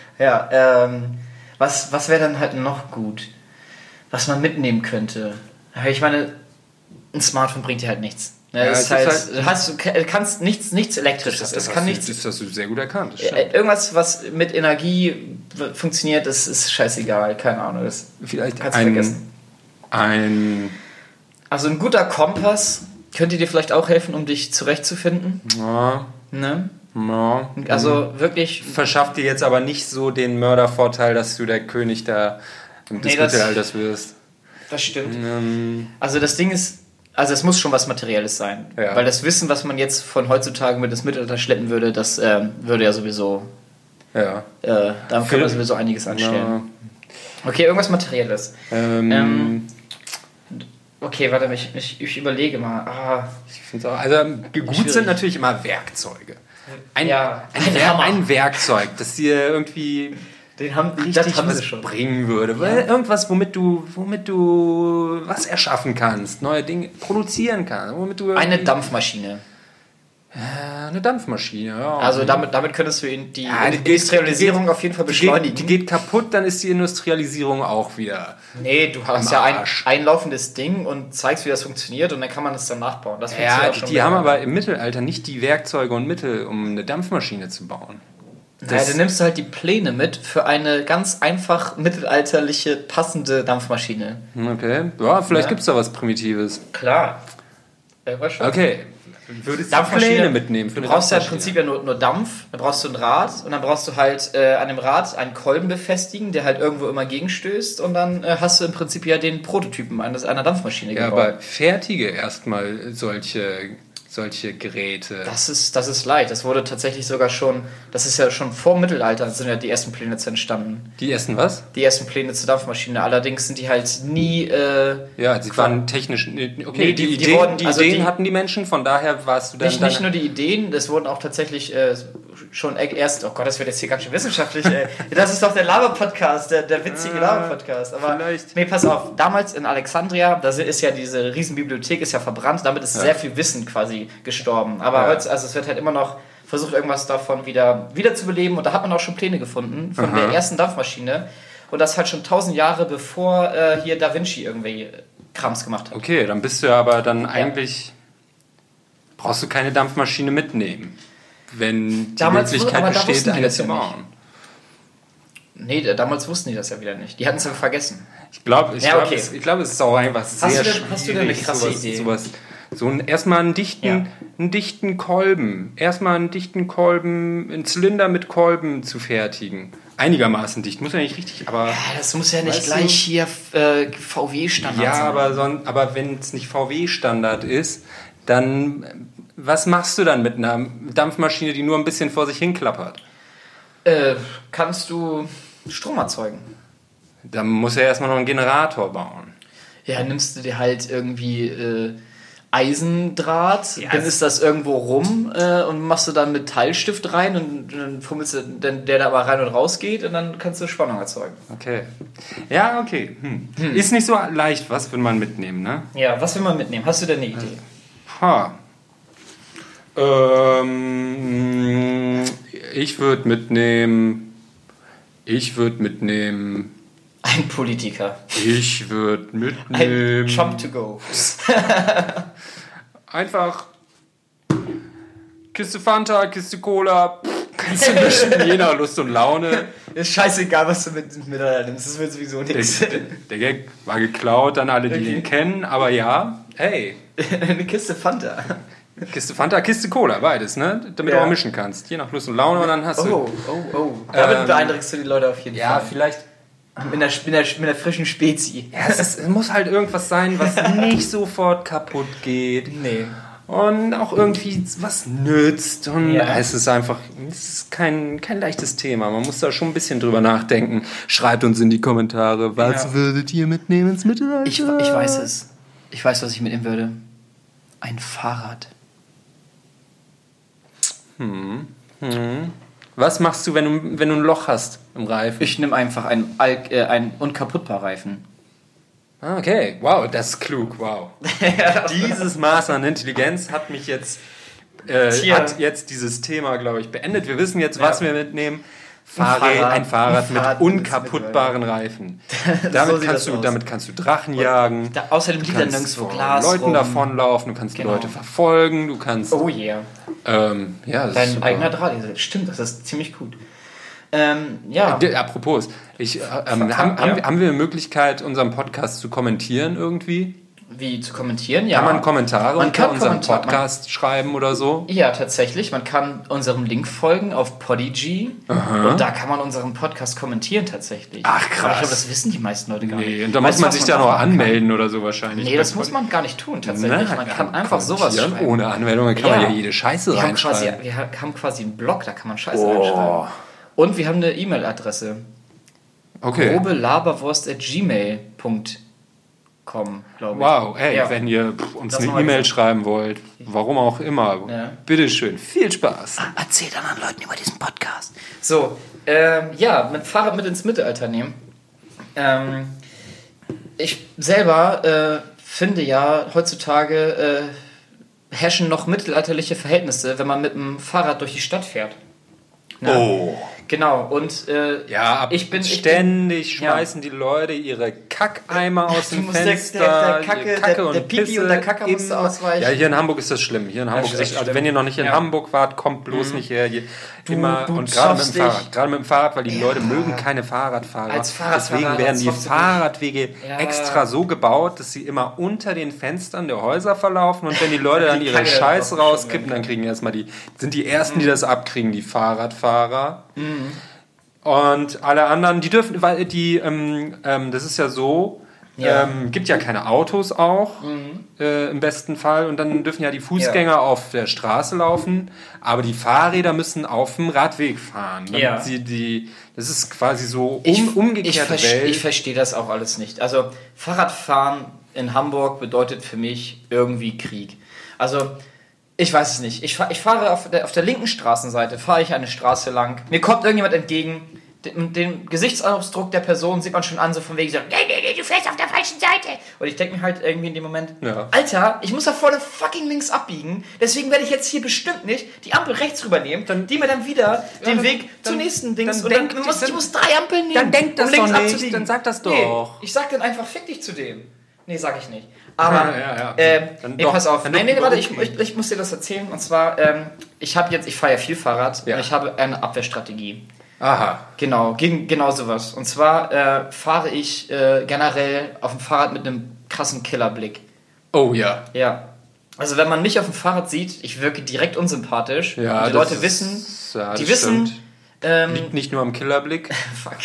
Was wäre dann halt noch gut, was man mitnehmen könnte? Ich meine, ein Smartphone bringt dir halt nichts. Ja, du kannst nichts Elektrisches. Das hast du sehr gut erkannt. Irgendwas, was mit Energie funktioniert, das ist scheißegal. Keine Ahnung. Das vielleicht kannst du vergessen. Also ein guter Kompass könnte dir vielleicht auch helfen, um dich zurechtzufinden. Ja. Ne? Ja. Also wirklich. Verschafft dir jetzt aber nicht so den Mördervorteil, dass du der König des Mittelalters wirst. Das stimmt. Also das Ding ist. Also es muss schon was Materielles sein. Ja. Weil das Wissen, was man jetzt von heutzutage mit ins Mittelalter schleppen würde, das würde ja sowieso... Ja. Damit können wir sowieso einiges anstellen. Ja. Okay, irgendwas Materielles. Okay, warte, ich überlege mal. Ich finde auch... Also gut sind natürlich immer Werkzeuge. Ein Werkzeug, das dir irgendwie... Das haben sie schon. Bringen würde. Ja. Irgendwas, womit du was erschaffen kannst, neue Dinge produzieren kannst. Eine Dampfmaschine. Eine Dampfmaschine, ja. Also damit könntest du die Industrialisierung auf jeden Fall beschleunigen. Die geht kaputt, dann ist die Industrialisierung auch wieder. Nee, du hast ja ein laufendes Ding und zeigst, wie das funktioniert und dann kann man das dann nachbauen. Das die haben aber im Mittelalter nicht die Werkzeuge und Mittel, um eine Dampfmaschine zu bauen. Du nimmst halt die Pläne mit für eine ganz einfach mittelalterliche, passende Dampfmaschine. Okay, ja, vielleicht gibt es da was Primitives. Klar. Okay, würdest du Pläne mitnehmen? Du brauchst ja im Prinzip ja nur Dampf, dann brauchst du ein Rad und dann brauchst du halt an dem Rad einen Kolben befestigen, der halt irgendwo immer gegenstößt und dann hast du im Prinzip ja den Prototypen einer Dampfmaschine gebaut. Ja, aber fertige erstmal solche Geräte. Das ist leicht. Das wurde tatsächlich sogar schon, das ist ja schon vor dem Mittelalter, sind ja die ersten Pläne entstanden. Die ersten was? Die ersten Pläne zur Dampfmaschine. Allerdings sind die halt nie... sie waren technisch... Okay, die Ideen hatten die Menschen, von daher warst du dann... Nicht nur die Ideen, das wurden auch tatsächlich schon erst... Oh Gott, das wird jetzt hier ganz schön wissenschaftlich. Das ist doch der Laber-Podcast, der witzige Laber-Podcast. Aber vielleicht. Nee, pass auf. Damals in Alexandria, da ist ja diese Riesenbibliothek ist ja verbrannt, damit ist sehr viel Wissen quasi gestorben. Aber heute, also es wird halt immer noch versucht, irgendwas davon wieder zu beleben. Und da hat man auch schon Pläne gefunden von der ersten Dampfmaschine. Und das halt schon 1000 Jahre bevor hier Da Vinci irgendwie Krams gemacht hat. Okay, dann bist du aber dann eigentlich... Brauchst du keine Dampfmaschine mitnehmen, wenn die Möglichkeit besteht, eine zu bauen. Nee, damals wussten die das ja wieder nicht. Die hatten es ja vergessen. Ich glaube, es ist auch einfach sehr schwierig. Hast du denn eine krasse Idee? Erstmal einen dichten Kolben. Erstmal einen dichten Kolben, einen Zylinder mit Kolben zu fertigen. Einigermaßen dicht, muss ja nicht richtig, aber... Ja, das muss ja nicht gleich hier VW-Standard Ja, sein. aber wenn es nicht VW-Standard ist, dann... Was machst du dann mit einer Dampfmaschine, die nur ein bisschen vor sich hin klappert? Kannst du Strom erzeugen. Dann muss er erstmal noch einen Generator bauen. Ja, nimmst du dir halt irgendwie Eisendraht, dann ist das irgendwo rum und machst du dann Metallstift rein und dann fummelst du, der da aber rein und raus geht und dann kannst du Spannung erzeugen. Okay. Ja, okay. Ist nicht so leicht, was will man mitnehmen, ne? Ja, was will man mitnehmen? Hast du denn eine Idee? Ich würde mitnehmen... Ein Politiker. Ich würde mitnehmen... Ein Trump to go. Einfach Kiste Fanta, Kiste Cola, kannst du mischen, je nach Lust und Laune. Ist scheißegal, was du mit nimmst, das wird sowieso nichts. Der Gag war geklaut an alle, die ihn kennen, aber ja, hey. Eine Kiste Fanta. Kiste Fanta, Kiste Cola, beides, ne? Damit du auch mischen kannst, je nach Lust und Laune und dann hast du... Damit beeindruckst du die Leute auf jeden Fall. Ja, vielleicht... Mit einer frischen Spezi. Ja, es muss halt irgendwas sein, was nicht sofort kaputt geht. Nee. Und auch irgendwie was nützt. Und es ist kein leichtes Thema. Man muss da schon ein bisschen drüber nachdenken. Schreibt uns in die Kommentare, was würdet ihr mitnehmen ins Mittelalter? Ich weiß es. Ich weiß, was ich mitnehmen würde. Ein Fahrrad. Was machst du, wenn du ein Loch hast im Reifen? Ich nehme einfach einen unkaputtbar Reifen. Okay, wow, das ist klug, wow. Dieses Maß an Intelligenz hat mich jetzt, hat jetzt dieses Thema, glaube ich, beendet. Wir wissen jetzt, was wir mitnehmen. Ein Fahrrad mit unkaputtbaren Reifen. Damit kannst du Drachen jagen. Außerdem liegt dann nirgendwo Glas Leuten davonlaufen, du kannst Leute verfolgen, du kannst... Oh yeah. Dein eigener Draht. Stimmt, das ist ziemlich gut. Apropos, haben wir eine Möglichkeit, unseren Podcast zu kommentieren irgendwie? Wie zu kommentieren? Ja. Kann man Kommentare unter unserem Podcast schreiben oder so? Ja, tatsächlich. Man kann unserem Link folgen auf Podigy. Und da kann man unseren Podcast kommentieren tatsächlich. Ach, krass. Aber ich glaube, das wissen die meisten Leute gar nicht. Nee, und da muss man sich da noch anmelden oder so wahrscheinlich. Nee, das muss man gar nicht tun tatsächlich. Man kann einfach sowas schreiben. Ohne Anmeldung kann man ja jede Scheiße reinschreiben. Wir haben quasi einen Blog, da kann man Scheiße reinschreiben. Und wir haben eine E-Mail-Adresse. Okay. grobelaberwurst@gmail.com, glaube ich. Wow, ey, wenn ihr uns eine E-Mail schreiben wollt, warum auch immer, bitteschön, viel Spaß. Erzählt anderen Leuten über diesen Podcast. So, mit Fahrrad mit ins Mittelalter nehmen. Ich selber finde ja, heutzutage herrschen noch mittelalterliche Verhältnisse, wenn man mit dem Fahrrad durch die Stadt fährt. Oh. Genau, und ständig schmeißen die Leute ihre Kackeimer aus dem Fenster. Der Pipi und der Kacke musst du ausweichen. Ja, hier in Hamburg ist das schlimm. Hier in Hamburg ist das, also wenn ihr noch nicht in Hamburg wart, kommt bloß nicht her. Und gerade mit dem Fahrrad, weil die Leute mögen keine Fahrradfahrer. Deswegen werden die Fahrradwege extra so gebaut, dass sie immer unter den Fenstern der Häuser verlaufen und wenn die Leute dann ihre Scheiße rauskippen, dann sind die Ersten, die das abkriegen, die Fahrradfahrer. Und alle anderen, die dürfen, weil das ist ja so, gibt ja keine Autos auch, im besten Fall, und dann dürfen ja die Fußgänger auf der Straße laufen, aber die Fahrräder müssen auf dem Radweg fahren. Das ist quasi so umgekehrte Welt. Ich verstehe das auch alles nicht. Also Fahrradfahren in Hamburg bedeutet für mich irgendwie Krieg. Also ich weiß es nicht. Ich fahre auf der linken Straßenseite, fahre ich eine Straße lang. Mir kommt irgendjemand entgegen. Den Gesichtsausdruck der Person sieht man schon an, so von wegen so, nee, du fährst auf der falschen Seite. Und ich denke mir halt irgendwie in dem Moment, Alter, ich muss da vorne fucking links abbiegen, deswegen werde ich jetzt hier bestimmt nicht die Ampel rechts rübernehmen, die mir dann wieder den Weg zum nächsten Dings, und dann ich muss 3 Ampeln nehmen, dann denk das links doch nicht, dann sag das doch. Nee, ich sag dann einfach, fick dich zu dem. Nee, sag ich nicht. Aber, pass auf. Warte, ich muss dir das erzählen. Und zwar, ich fahre ja viel Fahrrad und ich habe eine Abwehrstrategie. Aha. Genau, genau sowas. Und zwar fahre ich generell auf dem Fahrrad mit einem krassen Killerblick. Oh ja. Ja. Also wenn man mich auf dem Fahrrad sieht, ich wirke direkt unsympathisch. Ja, und die Leute wissen, liegt nicht nur am Killerblick. Fuck.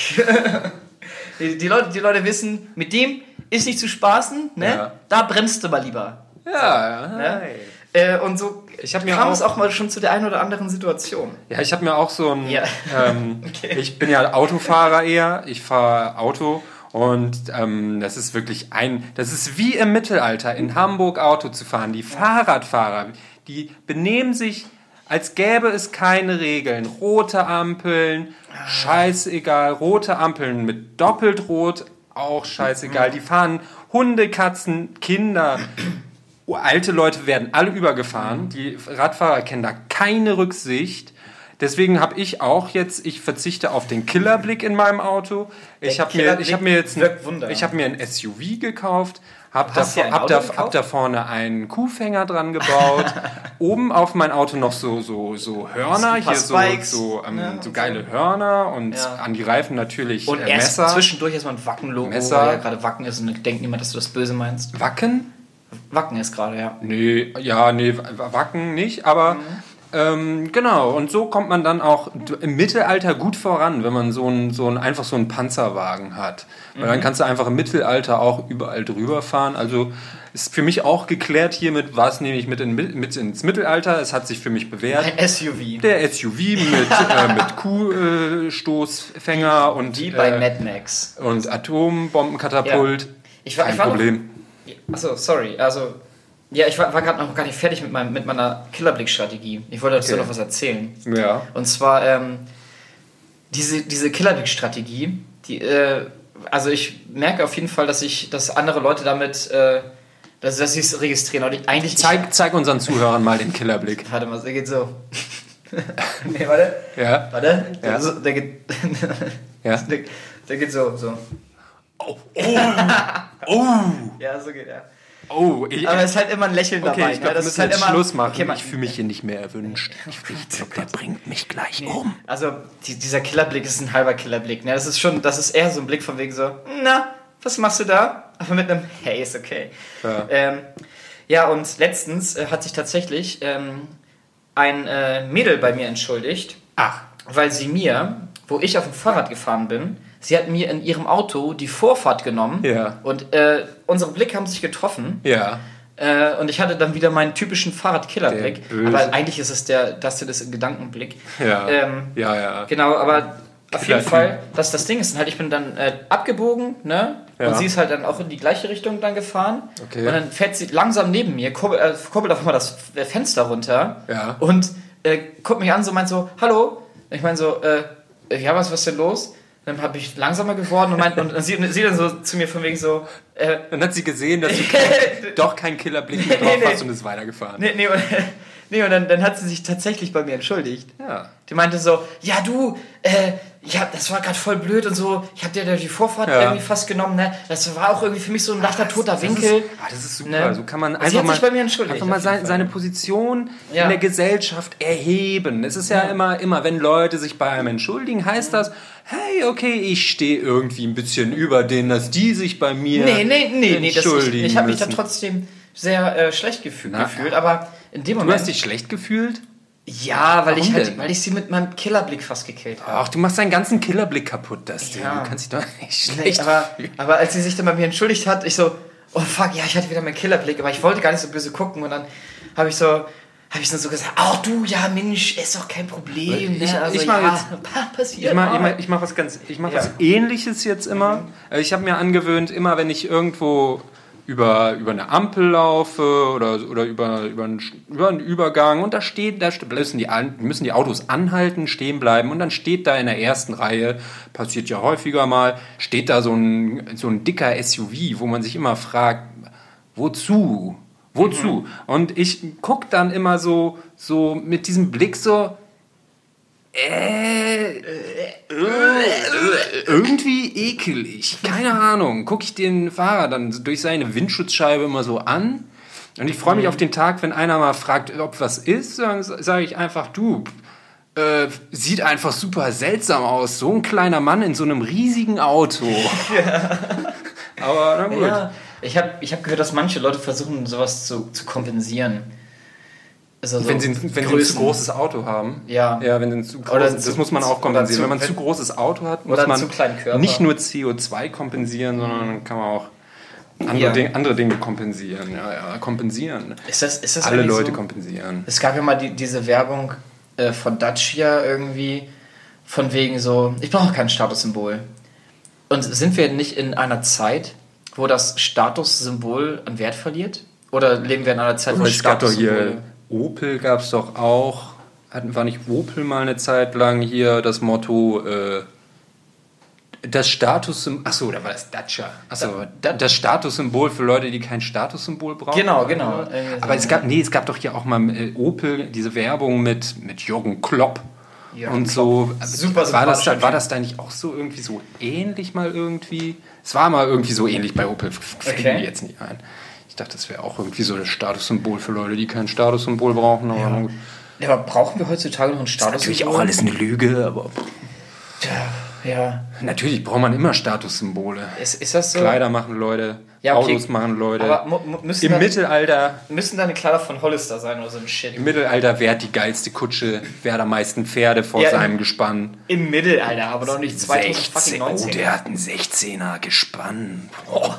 die Leute wissen, mit dem ist nicht zu spaßen, ne? Ja. Da bremst du mal lieber. Ja, ne? Und so kam es auch mal schon zu der einen oder anderen Situation. Ja, ich habe mir auch so ein... Ich bin ja Autofahrer eher. Ich fahre Auto Und das ist wirklich das ist wie im Mittelalter, in Hamburg Auto zu fahren. Die Fahrradfahrer, die benehmen sich, als gäbe es keine Regeln. Rote Ampeln, scheißegal. Rote Ampeln mit doppelt rot, auch scheißegal. Die fahren Hunde, Katzen, Kinder. Alte Leute werden alle übergefahren. Die Radfahrer kennen da keine Rücksicht. Deswegen habe ich ich verzichte auf den Killerblick in meinem Auto. Ich habe mir ein SUV gekauft, hab da vorne einen Kuhfänger dran gebaut. Oben auf mein Auto noch so Hörner, hier so geile Hörner und an die Reifen natürlich und Messer. Und zwischendurch erstmal ein Wacken-Logo, Messer. weil ja gerade Wacken ist und denkt niemand, dass du das böse meinst. Wacken? Wacken ist gerade, ja. Nee, Wacken nicht, aber genau, und so kommt man dann auch im Mittelalter gut voran, wenn man einfach so einen Panzerwagen hat. Weil dann kannst du einfach im Mittelalter auch überall drüber fahren. Also ist für mich auch geklärt hiermit, was nehme ich mit ins Mittelalter. Es hat sich für mich bewährt. Ein SUV. Der SUV mit Kuhstoßfänger und wie bei Mad Max. Und Atombombenkatapult. Ja. Kein Problem. Achso, sorry. Also ja, ich war gerade noch gar nicht fertig mit meiner Killerblick-Strategie. Ich wollte dazu noch was erzählen. Ja. Und zwar diese Killerblick-Strategie, also ich merke auf jeden Fall, dass andere Leute damit, dass sie es registrieren. Und eigentlich zeig unseren Zuhörern mal den Killerblick. Warte mal, der geht so. Nee, warte. Ja. Warte. Ja. Der geht. Ja. Der geht so. Oh. Ja, so geht er. Oh, aber es ist halt immer ein Lächeln dabei. Ich glaube, das wir müssen jetzt Schluss machen. Okay, ich fühle mich hier nicht mehr erwünscht. Ich glaube, der bringt mich gleich um. Also, dieser Killerblick ist ein halber Killerblick. Ne? Das ist eher so ein Blick von wegen so, na, was machst du da? Aber mit einem, hey, ist okay. Ja, und letztens hat sich tatsächlich ein Mädel bei mir entschuldigt. Ach. Weil sie mir, wo ich auf dem Fahrrad gefahren bin, sie hat mir in ihrem Auto die Vorfahrt genommen. Ja. Und unsere Blicke haben sich getroffen. Ja. Und ich hatte dann wieder meinen typischen Fahrrad-Killer-Blick. Aber eigentlich ist es das ist Gedankenblick. Ja. Ja. Genau, aber auf jeden Fall, das Ding ist halt, ich bin dann abgebogen, ne? Ja. Und sie ist halt dann auch in die gleiche Richtung dann gefahren. Okay. Und dann fährt sie langsam neben mir, kurbelt auf einmal das Fenster runter. Ja. Und guckt mich an, so meint so, hallo. Ich meine so, ja, was ist denn los? Dann habe ich langsamer geworden und sie dann so zu mir von wegen so... dann hat sie gesehen, dass du doch keinen Killerblick mehr drauf hast und ist weitergefahren. Nee, und dann hat sie sich tatsächlich bei mir entschuldigt. Ja. Die meinte so, ja du, das war gerade voll blöd und so, ich habe dir da die Vorfahrt irgendwie fast genommen, ne? Das war auch irgendwie für mich so ein leichter toter Winkel. Das ist super, ne? So kann man einfach mal seine Position in der Gesellschaft erheben. Es ist ja immer, wenn Leute sich bei einem entschuldigen, heißt das, hey, okay, ich stehe irgendwie ein bisschen über denen, dass die sich bei mir entschuldigen ich habe mich da trotzdem sehr schlecht gefühlt, aber in dem Moment... Du hast dich schlecht gefühlt? Ja, weil ich sie mit meinem Killerblick fast gekillt habe. Ach, du machst deinen ganzen Killerblick kaputt, das Ding. Du kannst dich doch nicht schlecht aber als sie sich dann bei mir entschuldigt hat, ich so, oh fuck, ja, ich hatte wieder meinen Killerblick, aber ich wollte gar nicht so böse gucken und dann habe ich dann so gesagt, ach du, ja Mensch, ist doch kein Problem. Ich mache was Ähnliches jetzt immer. Ich habe mir angewöhnt, immer wenn ich irgendwo über eine Ampel laufe oder über einen Übergang und da müssen die Autos anhalten, stehen bleiben und dann steht da in der ersten Reihe, passiert ja häufiger mal, steht da so ein dicker SUV, wo man sich immer fragt, wozu? Und ich gucke dann immer so mit diesem Blick so, irgendwie ekelig. Keine Ahnung. Gucke ich den Fahrer dann durch seine Windschutzscheibe immer so an und ich freue mich auf den Tag, wenn einer mal fragt, ob was ist, dann sage ich einfach, du, sieht einfach super seltsam aus. So ein kleiner Mann in so einem riesigen Auto. Ja. Aber na gut. Ja, ich hab gehört, dass manche Leute versuchen, sowas zu kompensieren. Also wenn sie ein zu großes Auto haben. Ja. Ja, wenn sie ein zu großes, das muss man auch kompensieren. Wenn man ein zu großes Auto hat, muss man nicht nur CO2 kompensieren, sondern kann man auch andere Dinge kompensieren. Ja, kompensieren. Ist das alle Leute so? Kompensieren. Es gab ja mal diese Werbung von Dacia irgendwie, von wegen so, ich brauche kein Statussymbol. Und sind wir nicht in einer Zeit, wo das Statussymbol an Wert verliert? Oder leben wir in einer Zeit, wo es gab doch hier, Opel gab es doch auch, war nicht Opel mal eine Zeit lang hier das Motto, das Statussymbol, achso, da war das Dacia. Achso, das Statussymbol für Leute, die kein Statussymbol brauchen. Genau. Aber es gab doch hier auch mal Opel, diese Werbung mit Jürgen Klopp. Ja, und so. Super war das da nicht auch so irgendwie so ähnlich mal irgendwie? Es war mal irgendwie so ähnlich bei Opel, fällt mir jetzt nicht ein. Ich dachte, das wäre auch irgendwie so das Statussymbol für Leute, die kein Statussymbol brauchen. Aber brauchen wir heutzutage noch ein Statussymbol? Das ist natürlich auch alles eine Lüge, aber... Ja. Natürlich braucht man immer Statussymbole. Ist das so? Kleider machen Leute, Autos machen Leute. Aber im Mittelalter... Müssen deine Kleider von Hollister sein oder so ein Shit? Im Mittelalter, wer hat die geilste Kutsche, wer hat am meisten Pferde vor seinem Gespann? Im Mittelalter, aber doch nicht 2019. Oh, der hat ein 16er Gespann.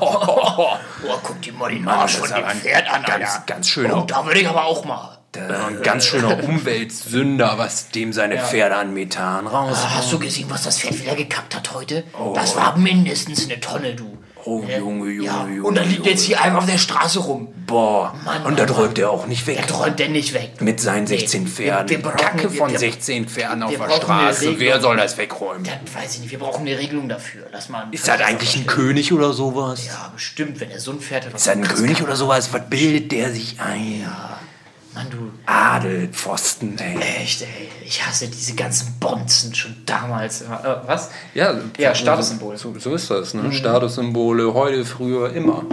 Guck dir mal den Arsch von dem Pferd an, ganz schöner. Oh, da würde ich aber auch mal. Ein ganz schöner Umweltsünder, was dem seine Pferde an Methan raus. Hast du gesehen, was das Pferd wieder gekackt hat heute? Oh. Das war mindestens eine Tonne, du. Oh, Junge. Und dann liegt jetzt hier einfach auf der Straße rum. Boah, und da träumt er auch nicht weg. Der träumt der nicht weg. Mit seinen 16 Pferden. Kacke von 16 Pferden auf der Straße. Wer soll das wegräumen? Weiß ich nicht, wir brauchen eine Regelung dafür. Ist das eigentlich ein König oder sowas? Ja, bestimmt, wenn er so ein Pferd hat. Ist das ein König oder sowas? Was bildet der sich ein? Ja. Mann, du... Adelpfosten, ey. Echt, ey. Ich hasse diese ganzen Bonzen schon damals. Was? Ja, Statussymbole. So ist das, ne? Statussymbole, heute, früher, immer.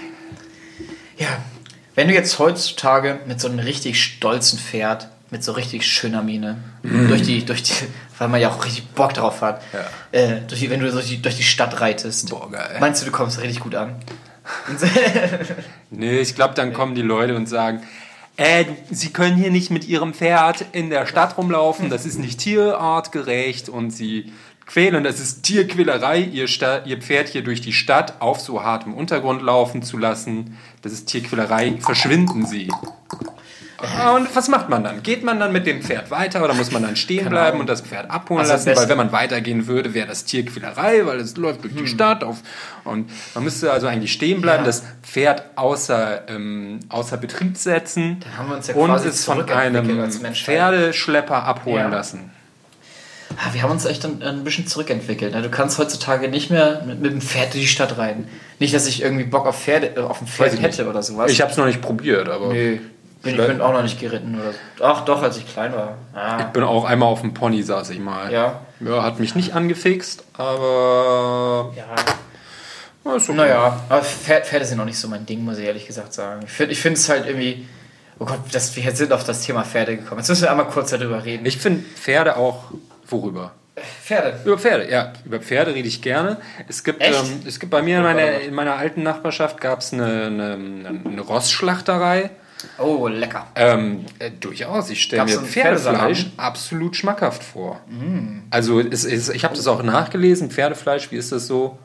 Ja, wenn du jetzt heutzutage mit so einem richtig stolzen Pferd, mit so richtig schöner Miene, durch die, weil man ja auch richtig Bock drauf hat, wenn du durch die Stadt reitest, boah, geil. Meinst du, du kommst richtig gut an? Nee, ich glaube, dann kommen die Leute und sagen... Sie können hier nicht mit Ihrem Pferd in der Stadt rumlaufen, das ist nicht tierartgerecht und Sie quälen, das ist Tierquälerei, Ihr Pferd hier durch die Stadt auf so hartem Untergrund laufen zu lassen, das ist Tierquälerei, verschwinden Sie. Und was macht man dann? Geht man dann mit dem Pferd weiter oder muss man dann stehen bleiben und das Pferd abholen lassen? Weil wenn man weitergehen würde, wäre das Tierquälerei, weil es läuft durch die Stadt. Und man müsste also eigentlich stehen bleiben, das Pferd außer Betrieb setzen dann haben wir uns und es von einem Pferdeschlepper abholen lassen. Ja, wir haben uns echt ein bisschen zurückentwickelt. Du kannst heutzutage nicht mehr mit dem Pferd durch die Stadt reiten. Nicht, dass ich irgendwie Bock auf ein Pferd hätte oder sowas. Ich habe es noch nicht probiert, aber... Nee. Ich bin auch noch nicht geritten oder so. Ach doch, als ich klein war. Ich bin auch einmal auf dem Pony, saß ich mal. Ja, hat mich nicht angefixt, aber... Ja. Ist okay. Naja, aber Pferde sind noch nicht so mein Ding, muss ich ehrlich gesagt sagen. Ich finde es halt irgendwie... Oh Gott, wir jetzt sind auf das Thema Pferde gekommen. Jetzt müssen wir einmal kurz darüber reden. Ich finde Pferde auch... Worüber? Pferde. Über Pferde, ja. Über Pferde rede ich gerne. Es gibt bei mir in meiner alten Nachbarschaft gab es eine Rossschlachterei. Oh, lecker. Durchaus. Ich stelle mir Pferdefleisch absolut schmackhaft vor. Also ich habe das auch nachgelesen. Pferdefleisch, wie ist das so?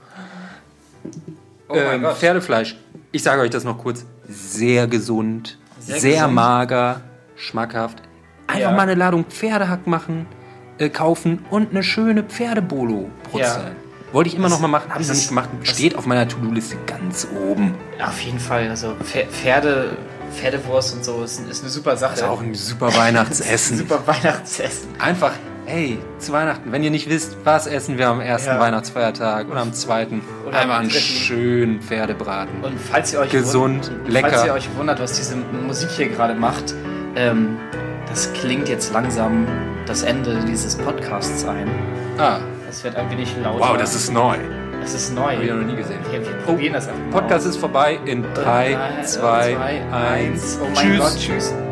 Oh mein Gott. Pferdefleisch, ich sage euch das noch kurz, sehr gesund, sehr mager, schmackhaft. Einfach mal eine Ladung Pferdehack machen, kaufen und eine schöne Pferdebolo brutzeln. Ja. Wollte ich immer noch mal machen, habe ich noch nicht gemacht. Steht auf meiner To-Do-Liste ganz oben. Auf jeden Fall, also Pferdewurst und so ist eine super Sache. Das ist auch ein super Weihnachtsessen. Super Weihnachtsessen. Einfach, zu Weihnachten, wenn ihr nicht wisst, was essen wir am ersten Weihnachtsfeiertag oder am zweiten, oder einmal einen schönen Pferdebraten. Und falls ihr euch lecker. Falls ihr euch wundert, was diese Musik hier gerade macht, das klingt jetzt langsam das Ende dieses Podcasts ein. Das wird ein wenig lauter. Wow, das ist neu. Das ist neu. Habe ich noch nie gesehen. Wir probieren das einfach mal. Podcast ist vorbei in 3, 2, 1. Oh mein Gott, tschüss.